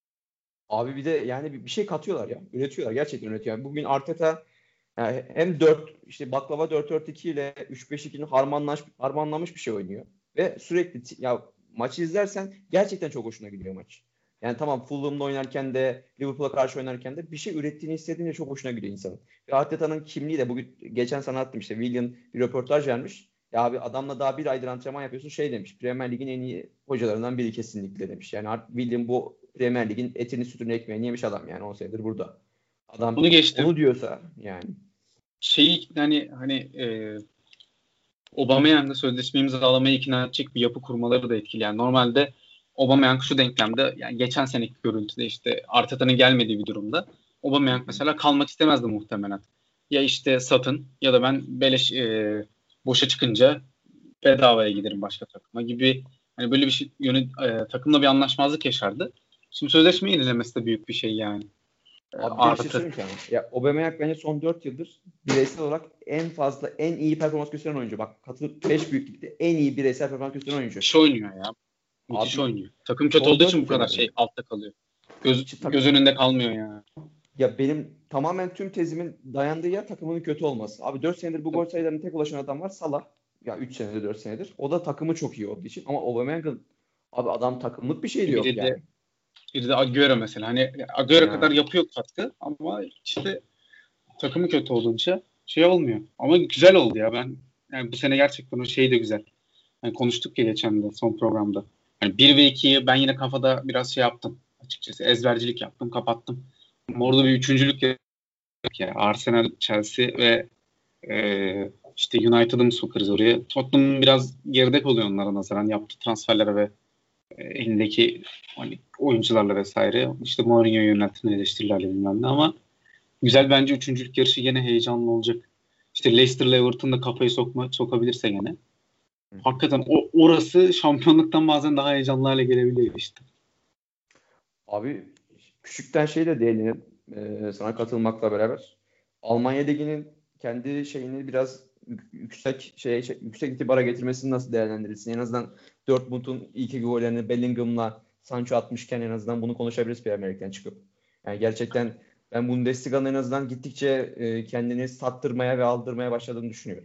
Abi bir de yani bir bir şey katıyorlar ya. Üretiyorlar. Gerçekten üretiyor. Yani bugün Arteta yani hem dört işte baklava dört dört iki ile üç beş ikinin harmanlaş, harmanlamış bir şey oynuyor. Ve sürekli ti- ya maçı izlersen gerçekten çok hoşuna gidiyor maç. Yani tamam Fulham'da oynarken de Liverpool'a karşı oynarken de bir şey ürettiğini hissedince çok hoşuna gidiyor insanın. Ve Arteta'nın kimliği de bugün geçen sana attım işte William bir röportaj vermiş. Ya abi adamla daha bir aydır antrenman yapıyorsun şey demiş. Premier Lig'in en iyi hocalarından biri kesinlikle demiş. Yani William bu Premier Lig'in etini sütünü ekmeğini yemiş adam yani on senedir burada. Adam Bunu geçtim. onu diyorsa yani. Şeyi hani hani e, Aubameyang'la sözleşme imzalamayı ikna edecek bir yapı kurmaları da etkili. Yani normalde Aubameyang şu denklemde yani geçen seneki görüntüde işte Arteta'nın gelmediği bir durumda Aubameyang mesela kalmak istemezdi muhtemelen. Ya işte satın ya da ben beleş e, boşa çıkınca bedavaya giderim başka takıma gibi hani böyle bir şey yönet, e, takımla bir anlaşmazlık yaşardı. Şimdi sözleşme yenilemesi de büyük bir şey yani. E, Abi bir de bir şey artı. söyleyeyim sana. Ya Aubameyang bence son dört yıldır bireysel olarak en fazla en iyi performans gösteren oyuncu. Bak katılıp beş büyük ligde en iyi bireysel performans gösteren oyuncu. Müthiş oynuyor ya. Müthiş Abi oynuyor. Takım kötü son olduğu için bu dört kadar senedir. şey altta kalıyor. Göz, İşte tak- göz önünde kalmıyor yani. ya benim tamamen tüm tezimin dayandığı yer takımının kötü olması. Abi dört senedir bu gol sayılarını tek ulaşan adam var Salah. Ya üç senedir dört senedir. O da takımı çok iyi olduğu için. Ama Aubameyang'ın abi adam takımlık bir şey de yok Biri de yani. biri de Agüero mesela. Hani Agüero kadar Ya yapıyor katkı ama işte takımı kötü olunca şey olmuyor. Ama güzel oldu ya. Ben yani bu sene gerçekten o şey de güzel. Yani konuştuk ya geçen de son programda. Yani bir ve ikiyi ben yine kafada biraz şey yaptım. Açıkçası ezbercilik yaptım, kapattım. Ama orada bir üçüncülük yok ya. Arsenal, Chelsea ve e, işte United'ı mı sokarız oraya? Tottenham biraz geride kalıyor onlara nazaran yaptığı transferlere ve e, elindeki hani, oyuncularla vesaire. İşte Mourinho yönelttiğini eleştirilerle bilmem ne ama güzel bence üçüncülük yarışı yine heyecanlı olacak. işte Leicester'la Everton'da kafayı sokma, sokabilirse gene. Hakikaten o orası şampiyonluktan bazen daha heyecanlı hale gelebiliyor işte. Abi küçükten şey de değinelim. Ee, sana katılmakla beraber. Almanya Ligi'nin kendi şeyini biraz yüksek şey, şey yüksek itibara getirmesini nasıl değerlendirirsin? En azından Dortmund'un ilk iki gollerini Bellingham'la Sancho atmışken en azından bunu konuşabiliriz Premier Lig'den çıkıp. Yani gerçekten ben Bundesliga'nın en azından gittikçe e, kendini sattırmaya ve aldırmaya başladığını düşünüyorum.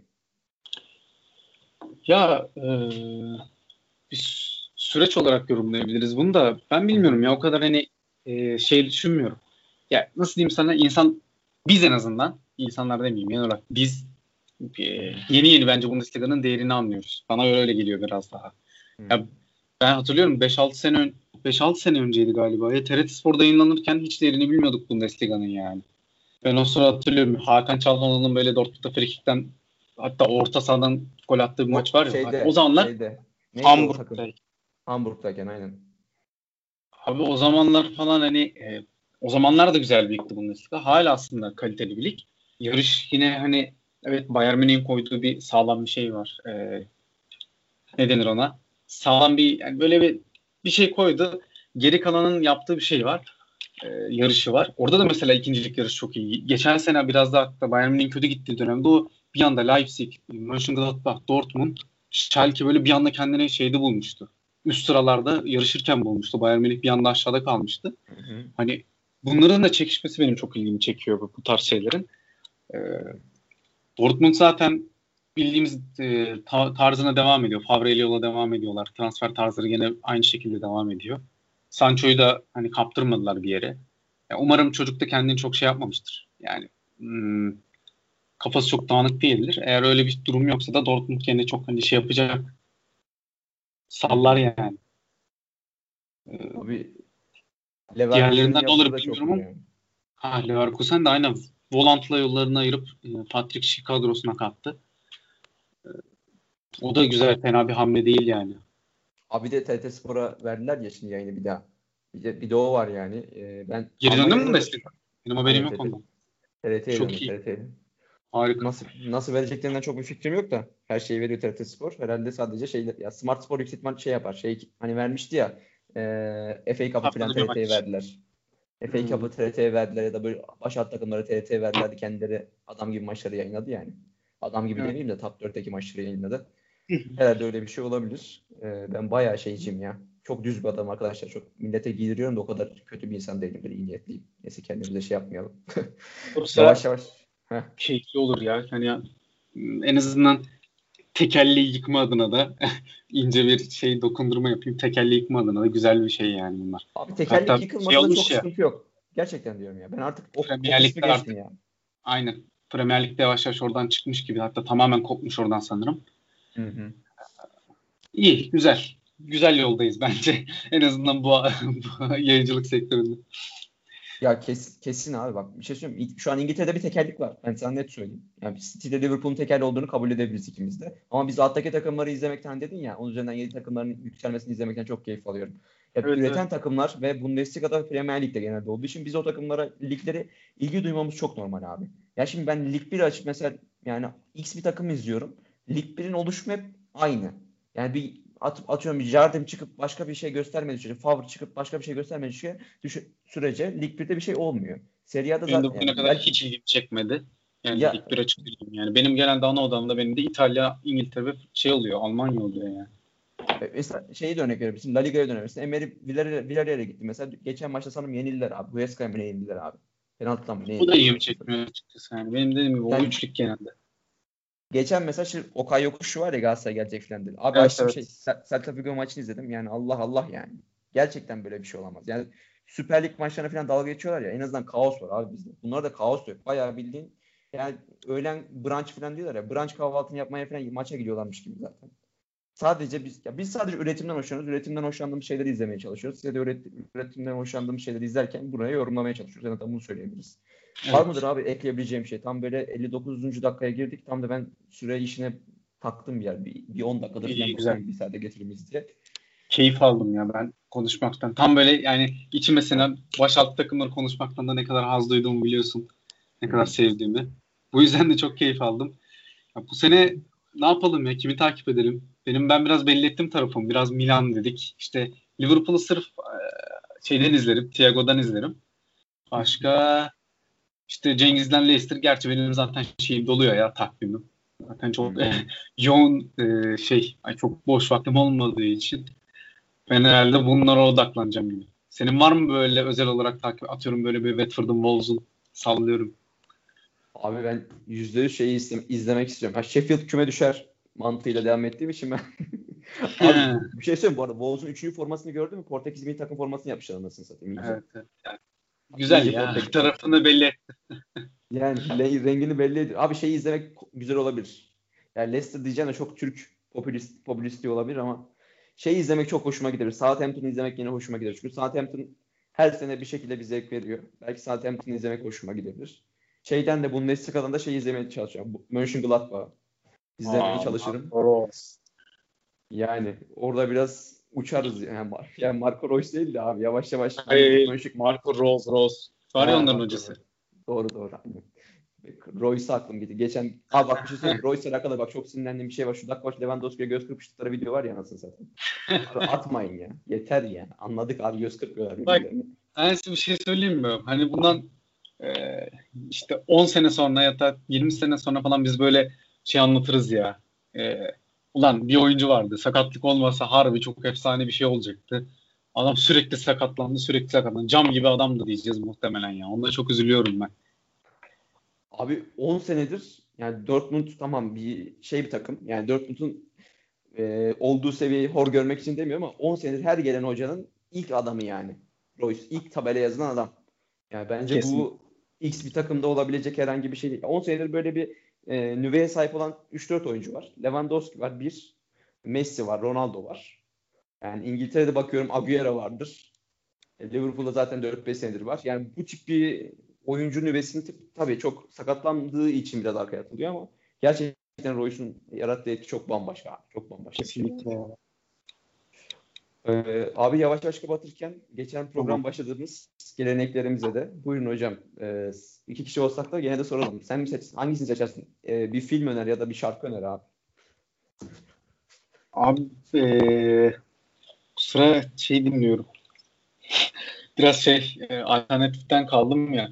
Ya e, bir süreç olarak yorumlayabiliriz bunu da. Ben bilmiyorum ya o kadar hani e, şey düşünmüyorum. Ya nasıl diyeyim sana, insan biz en azından insanlar demeyeyim genel olarak biz e, yeni yeni bence Bundesliga'nın değerini anlıyoruz. Bana öyle geliyor biraz daha. Hmm. Ya ben hatırlıyorum beş altı sene ön, beş altı sene önceydi galiba. Ya T R T Spor'da yayınlanırken hiç değerini bilmiyorduk Bundesliga'nın yani. Ben o sıra hatırlıyorum Hakan Çalhanoğlu'nun böyle Dortmund'da frikikten hatta orta sahadan gol attığı bir O maç var ya. şeyde, O zamanlar şeyde. Neydi o Hamburg'da. takım? Hamburg'tayken aynen. Abi o zamanlar falan hani e, o zamanlar da güzel bir ligdi Bundesliga. Hala aslında kaliteli bir lig. Yarış yine hani evet Bayern Münih'in koyduğu bir sağlam bir şey var. E, ne denir ona? Sağlam bir yani böyle bir bir şey koydu. Geri kalanın yaptığı bir şey var. E, yarışı var. Orada da mesela ikincilik yarışı çok iyi. Geçen sene biraz da hatta Bayern Münih'in kötü gittiği dönemde o bir anda Leipzig, Mönchengladbach, Dortmund, Schalke böyle bir anda kendini şeyde bulmuştu. Üst sıralarda yarışırken bulmuştu. Bayern Münih bir anda aşağıda kalmıştı. Hı hı. Hani bunların da çekişmesi benim çok ilgimi çekiyor bu, bu tarz şeylerin. Ee, Dortmund zaten bildiğimiz e, ta- tarzına devam ediyor. Favre ile yola devam ediyorlar. Transfer tarzları yine aynı şekilde devam ediyor. Sancho'yu da hani kaptırmadılar bir yere. Ya umarım çocuk da kendini çok şey yapmamıştır. Yani hmm, kafası çok dağınık değildir. Eğer öyle bir durum yoksa da Dortmund kendine çok hani şey yapacak. Sallar yani. Ee, Abi Leverkusen'in diğerlerinden ne yapısı olur da çok bilmiyorum iyi ama yani. ha, Leverkusen de aynen Volant'la yollarını ayırıp e, Patrick Schick kadrosuna kattı. O da güzel, fena bir hamle değil yani. Abi de T R T Spor'a verdiler ya şimdi yayını bir daha. Bir de, bir de o var yani. Ee, ben Geri döndü mü Almanya'da da Bundesliga? Benim haberim aynen yok T R T, ondan. T R T'ye döndü Çok iyi. T R T'ye. Harika. Nasıl nasıl vereceklerimden çok bir fikrim yok da her şeyi veriyor T R T Spor. Herhalde sadece şeyler ya Smart Spor yüksek ihtimal şey yapar. Şey hani vermişti ya e, F A Cup'ı falan Haftada bir T R T'ye maç. verdiler. F A Hmm. Cup'ı T R T'ye verdiler ya da böyle baş alt takımları T R T'ye verdilerdi. Kendileri adam gibi maçları yayınladı yani. Adam gibi Evet. demeyeyim de top dörtteki maçları yayınladı. Herhalde öyle bir şey olabilir. Ee, ben bayağı şeyciyim ya. Çok düz bir adam arkadaşlar. Çok millete giydiriyorum da o kadar kötü bir insan değilim. Böyle iyi niyetliyim. Neyse kendimize şey yapmayalım. Olursa Yavaş yavaş. Heh. keyifli olur ya. Hani ya, en azından tekelleği yıkma adına da ince bir şey dokundurma yapayım. Tekelleği yıkma adına da güzel bir şey yani bunlar. Abi tekerlek Hatta şey yıkılmasa da çok olmuş ya sıkıntı yok. Gerçekten diyorum ya. Ben artık o, o Premier kısmı Lig'de geçtim artık ya. aynen. Premier Lig'de yavaş yavaş oradan çıkmış gibi. Hatta tamamen kopmuş oradan sanırım. Hı hı. İyi, güzel. Güzel yoldayız bence. En azından bu, bu yayıncılık sektöründe. Ya kes, kesin abi bak bir şey söyleyeyim. mi? Şu an İngiltere'de bir tekerlik var. Ben sana net söyleyeyim. Yani City'de Liverpool'un tekerli olduğunu kabul edebiliriz ikimiz de. Ama biz alttaki takımları izlemekten dedin ya. Onun üzerinden yedi takımların yükselmesini izlemekten çok keyif alıyorum. Ya, Evet, evet. üreten takımlar ve Bundesliga'da ve Premier Lig'de genelde olduğu için biz o takımlara, liglere ilgi duymamız çok normal abi. Ya şimdi ben Lig bir açıp mesela yani X bir takım izliyorum. Lig birin oluşumu hep aynı. Yani bir at, atıyorum bir Jardim çıkıp başka bir şey göstermediği sürece, Favre çıkıp başka bir şey göstermediği sürece, düş- sürece Lig birde bir şey olmuyor. Serie A'da Benim de zaten bugüne yani, kadar La- hiç ilgimi çekmedi. Yani ya ilk bir açık değilim. Yani benim genelde ana odamda benim de İtalya, İngiltere ve şey oluyor. Almanya oluyor yani. e, mesela şeyi de örnek veriyorum. Şimdi La Liga'ya dönelim. Mesela Emery Villarreal- Villarreal'e gitti. Mesela geçen maçta sanırım yenildiler abi. Huesca'ya mı ne yenildiler abi? Penaltıdan mı ne Bu da yenildiler? ilgimi çekmiyor açıkçası. Yani benim dediğim gibi o Yani üçlük genelde. geçen mesela şu Okay Yokuşu var ya Galatasaray gelecek falan dedi. Abi Evet, açtım şey evet. Se- Celta Vigo maçını izledim. Yani Allah Allah yani. Gerçekten böyle bir şey olamaz. Yani Süper Lig maçlarına falan dalga geçiyorlar ya. En azından kaos var abi bizde. Bunlarda kaos yok. Bayağı bildiğin yani öğlen brunch falan diyorlar ya. Brunch kahvaltını yapmaya falan maça gidiyorlarmış gibi zaten. Sadece biz ya biz sadece üretimden hoşlanıyoruz. Üretimden hoşlandığımız şeyleri izlemeye çalışıyoruz. Size de üret, üretimden hoşlandığımız şeyleri izlerken buraya yorumlamaya çalışıyoruz. Yani tam bunu söyleyebiliriz. Var mıdır Evet. abi ekleyebileceğim şey? Tam böyle elli dokuzuncu dakikaya girdik. Tam da ben süre işine taktım bir yer. Bir, bir on dakikadır falan İyi, güzel. bakıyorum bir saate getiririz diye. Keyif aldım ya ben konuşmaktan. Tam böyle yani içim mesela baş alt takımları konuşmaktan da ne kadar haz duyduğumu biliyorsun. Ne kadar Hmm. sevdiğimi. Bu yüzden de çok keyif aldım. Ya bu sene ne yapalım ya? Kimi takip edelim? Benim ben biraz belli ettim tarafım. Biraz Milan dedik. İşte Liverpool'u sırf e, şeyden izlerim. Thiago'dan izlerim. Başka işte Cengiz'den Leicester. Gerçi benim zaten şeyim doluyor ya takvimim. Zaten çok e, yoğun e, şey. Ay, çok boş vaktim olmadığı için ben herhalde bunlara odaklanacağım gibi. Senin var mı böyle özel olarak takip atıyorum böyle bir Watford'un Wolves'un sallıyorum. Abi ben yüzde yüz şeyi izle- izlemek istiyorum. Ha, Sheffield küme düşer mantığıyla devam ettiğim için ben. Abi bir şey söyleyeyim bu arada. Wolves'un üçüncü formasını gördün mü? Portekiz milli takım formasını yapmışlar anasını satayım iyice. Evet, evet. Yani, güzel İyice ya. Portekiz. Tarafını belli et. Yani le- rengini belli ediyor. Abi şeyi izlemek güzel olabilir. Yani Leicester diyeceğim de çok Türk popülist popülistliği olabilir ama şeyi izlemek çok hoşuma gider. Southampton'ı izlemek yine hoşuma gider. Çünkü Southampton her sene bir şekilde bir zevk veriyor. Belki Southampton'ı izlemek hoşuma gidebilir. Şeyden de Bundesliga'dan da şey izlemeye çalışacağım. Bu- Mönchengladbach izlemeye Aa, çalışırım. Rose. Yani orada biraz uçarız yani. Yani Marco Reus değil de abi yavaş yavaş Ay, Möncheng... Marco Rose Rose. Var ya Ha, onların Marco hocası. Reus. Doğru doğru. Aynen. Royce'a aklım gitti. Geçen abi bak bir şey söyleyeyim. Royce'la alakalı bak çok sinirlendiğim bir şey var. Şu dakika başı Lewandowski'ye göz kırpıştıkları video var ya nasıl zaten. Abi atmayın ya. Yeter ya. Anladık abi göz kırpıyorlar Bak birbirlerine. ben size bir şey söyleyeyim mi? Hani bundan e, işte on sene sonra ya da yirmi sene sonra falan biz böyle şey anlatırız ya. E, ulan bir oyuncu vardı. Sakatlık olmasa harbi çok efsane bir şey olacaktı. Adam sürekli sakatlandı, sürekli sakatlandı. Cam gibi adamdı diyeceğiz muhtemelen ya. Onda çok üzülüyorum ben. Abi on senedir yani Dortmund tamam bir şey bir takım. Yani Dortmund'un e, olduğu seviyeyi hor görmek için demiyorum ama on senedir her gelen hocanın ilk adamı yani. Royce ilk tabela yazılan adam. Yani bence Kesin. bu X bir takımda olabilecek herhangi bir şey değil. on senedir böyle bir e, nüveye sahip olan üç dört oyuncu var. Lewandowski var, bir. Messi var, Ronaldo var. Yani İngiltere'de bakıyorum Agüero vardır. E, Liverpool'da zaten dört beş senedir var. Yani bu tip bir oyuncu nüvesini t- tabii çok sakatlandığı için biraz arkaya atılıyor ama gerçekten Royce'un yarattığı etki çok bambaşka abi. Çok bambaşka bir şey. Kesinlikle ya. Ee, abi yavaş yavaş kapatırken geçen Tamam. program başladığımız geleneklerimize de buyurun hocam ee, iki kişi olsak da gene de soralım. Sen mi seç, hangisini seçersin? Ee, bir film öner ya da bir şarkı öner abi. Abi eee bu sıra şey dinliyorum. Biraz şey e, alternatiften kaldım ya.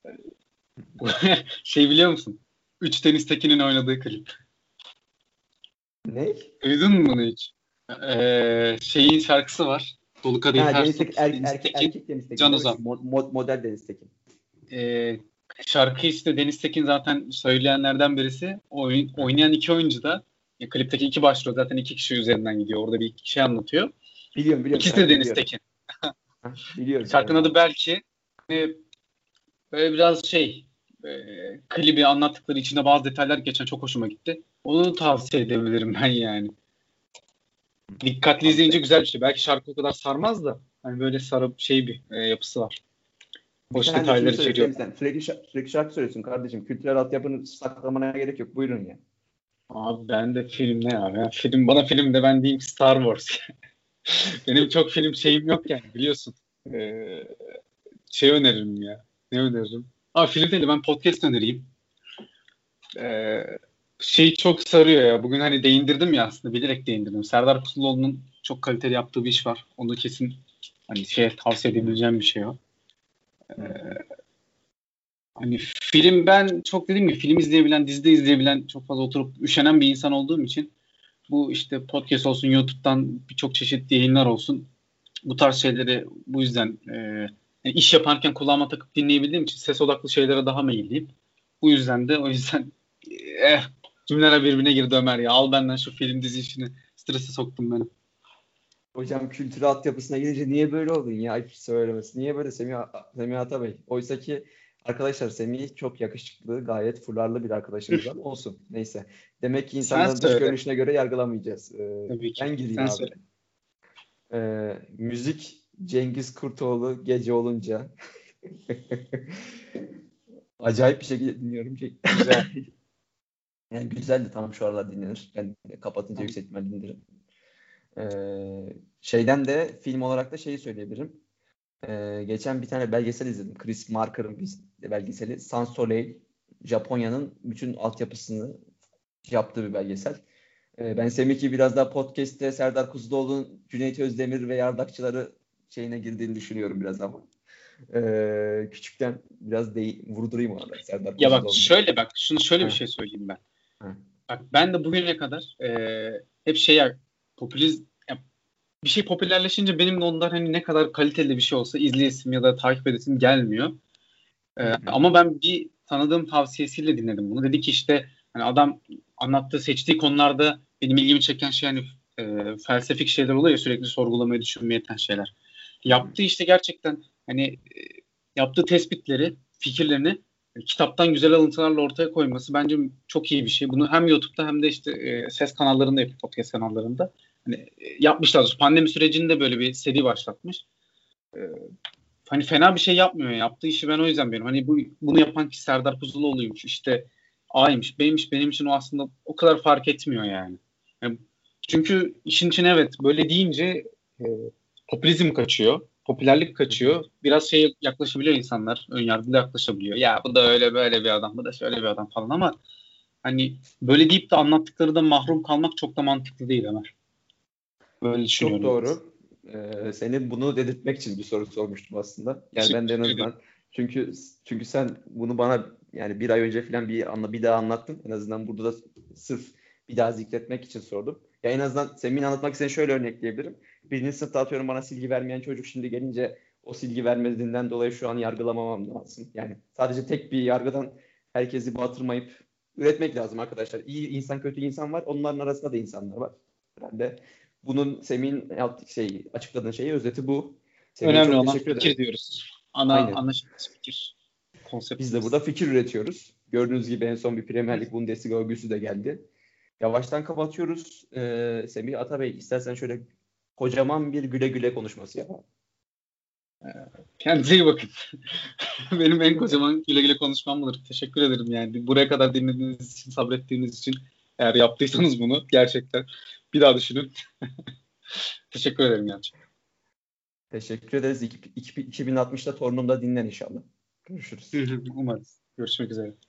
Şey biliyor musun? Üç Deniz Tekin'in oynadığı klip. Ne? Duydun mu bunu hiç? Ee, şeyin şarkısı var. Dolu Kadehi Ha, Ters Deniz Tut. Tekin, er, Deniz erkek, Tekin, erkek Deniz Tekin Can değil mi? Ozan. Şu mo- mo- model Deniz Tekin. Ee, şarkı işte Deniz Tekin zaten söyleyenlerden birisi. Oyn- oynayan iki oyuncu da ya, klipteki iki başrol zaten iki kişi üzerinden gidiyor. Orada bir şey anlatıyor. Biliyorum biliyorum İkisi de şarkıyı Deniz biliyorum. Tekin. Ha, biliyorum Şarkının biliyorum adı abi. Belki. Ve böyle biraz şey e, klibi anlattıkları içinde bazı detaylar geçen çok hoşuma gitti. Onu tavsiye edebilirim ben yani. Dikkatli Abi izleyince be- güzel bir şey. Belki şarkı o kadar sarmaz da hani böyle sarıp şey bir e, yapısı var. bir Hoş tane de film detaylar söyle içeriyor. Semih sen. Sürekli, şa- sürekli şarkı söylüyorsun kardeşim. Kültürel altyapını saklamana gerek yok. Buyurun ya. Abi ben de film ne ya? Ya film bana film de ben diyeyim Star Wars. Benim çok film şeyim yok yani biliyorsun. Ee, şey öneririm ya. Ne öneririm? Abi film değil de ben podcast önereyim. Ee, şey çok sarıyor ya. Bugün hani değindirdim ya aslında bilerek değindirdim. Serdar Kuzuloğlu'nun çok kaliteli yaptığı bir iş var. Onu kesin hani şey tavsiye edebileceğim bir şey o. Ee, hani film ben çok dediğim gibi film izleyebilen, dizide izleyebilen çok fazla oturup üşenen bir insan olduğum için bu işte podcast olsun, YouTube'dan birçok çeşitli yayınlar olsun. Bu tarz şeyleri bu yüzden e, yani iş yaparken kulağıma takıp dinleyebildiğim için ses odaklı şeylere daha meyilliyim. Bu yüzden de o yüzden eh, cümleler birbirine girdi Ömer ya. Al benden şu film dizi işini. Strese soktum beni. Hocam kültür altyapısına gelince niye böyle oldun ya? Ayıp söylemesi. Niye böyle Semih, Semih Atabey? Oysa ki arkadaşlar Semih çok yakışıklı, gayet fularlı bir arkadaşımız ama olsun. Neyse. Demek ki Sen insanların dış söyle. görünüşüne göre yargılamayacağız. Ee, Tabii ki. ben gireyim Sen abi. söyle. Ee, müzik Cengiz Kurtoğlu gece olunca. Acayip bir şekilde dinliyorum. Güzel. Yani güzeldi tamam şu aralar dinlenir. Ben kapatınca Tamam. yüksek ihtimalle dinlerim. Ee, şeyden de film olarak da şeyi söyleyebilirim. Ee, geçen bir tane belgesel izledim. Chris Marker'ın bir belgeseli. Sans Soleil, Japonya'nın bütün altyapısını yaptığı bir belgesel. E, ben Semih'i biraz daha podcast'te Serdar Kuzuloğlu'nun Cüneyt Özdemir ve yardakçıları şeyine girdiğini düşünüyorum biraz ama. E, küçükten biraz de vurdurayım ona da Serdar Ya bak Kuzuloğlu'nu. şöyle bak şunu şöyle Ha. bir şey söyleyeyim ben. Ha. Bak ben de bugüne kadar e, hep şey ya, popüliz ya, bir şey popülerleşince benim de ondan hani ne kadar kaliteli bir şey olsa izleyesim ya da takip edesim gelmiyor. E, Hı hı. ama ben bir tanıdığım tavsiyesiyle dinledim bunu. Dedi ki işte hani adam anlattığı, seçtiği konularda benim ilgimi çeken şey hani e, felsefik şeyler oluyor ya, sürekli sorgulamaya, düşünmeye yeten şeyler. Yaptığı işte gerçekten hani e, yaptığı tespitleri, fikirlerini e, kitaptan güzel alıntılarla ortaya koyması bence çok iyi bir şey. Bunu hem YouTube'da hem de işte e, ses kanallarında yapıyor, podcast kanallarında. Hani e, yapmışlar. Pandemi sürecinde böyle bir seri başlatmış. E, hani fena bir şey yapmıyor. Yaptığı işi ben o yüzden beğeniyorum. Hani bu bunu yapan kişi Serdar Kuzuloğlu'ymuş. İşte A'ymış, B'ymiş, benim için o aslında o kadar fark etmiyor yani. Yani çünkü işin içine evet böyle deyince e, popülizm kaçıyor. Popülerlik kaçıyor. Biraz şey yaklaşabiliyor insanlar. Önyargılı yaklaşabiliyor. Ya bu da öyle böyle bir adam, bu da şöyle bir adam falan ama hani böyle deyip de anlattıkları da mahrum kalmak çok da mantıklı değil Ömer. Böyle Çok düşünüyorum. doğru. Ee, seni bunu dedirtmek için bir soru sormuştum aslında. Yani ben de en Teşekkür ederim. azından çünkü çünkü sen bunu bana yani bir ay önce falan bir anla bir daha anlattın. En azından burada da sırf bir daha zikretmek için sordum. Ya en azından Semih'in anlatmak istediğini şöyle örnekleyebilirim. Birinci sınıfta atıyorum bana silgi vermeyen çocuk şimdi gelince o silgi vermediğinden dolayı şu an yargılamamam lazım. Yani sadece tek bir yargıdan herkesi batırmayıp üretmek lazım arkadaşlar. İyi insan kötü insan var. Onların arasında da insanlar var. Ben de bunun Semih'in yaptığı şey, açıkladığı şeyi özeti bu. Semih'e Önemli çok olan teşekkür fikir ederim. diyoruz. Ana Aynen. anlaşılmış fikir. Biz Konseptimiz. de burada fikir üretiyoruz. Gördüğünüz gibi en son bir Premier Lig Bundesliga övgüsü de geldi. Yavaştan kapatıyoruz. Ee, Semih Atabey istersen şöyle kocaman bir güle güle konuşması yapalım. Kendinize iyi bakın. Benim en kocaman güle güle konuşmam budur. Teşekkür ederim yani. Buraya kadar dinlediğiniz için, sabrettiğiniz için, eğer yaptıysanız bunu gerçekten bir daha düşünün. Teşekkür ederim gerçekten. Teşekkür ederiz. iki bin altmışta torunumda dinlen inşallah. Görüşürüz. Umarız. Görüşmek üzere.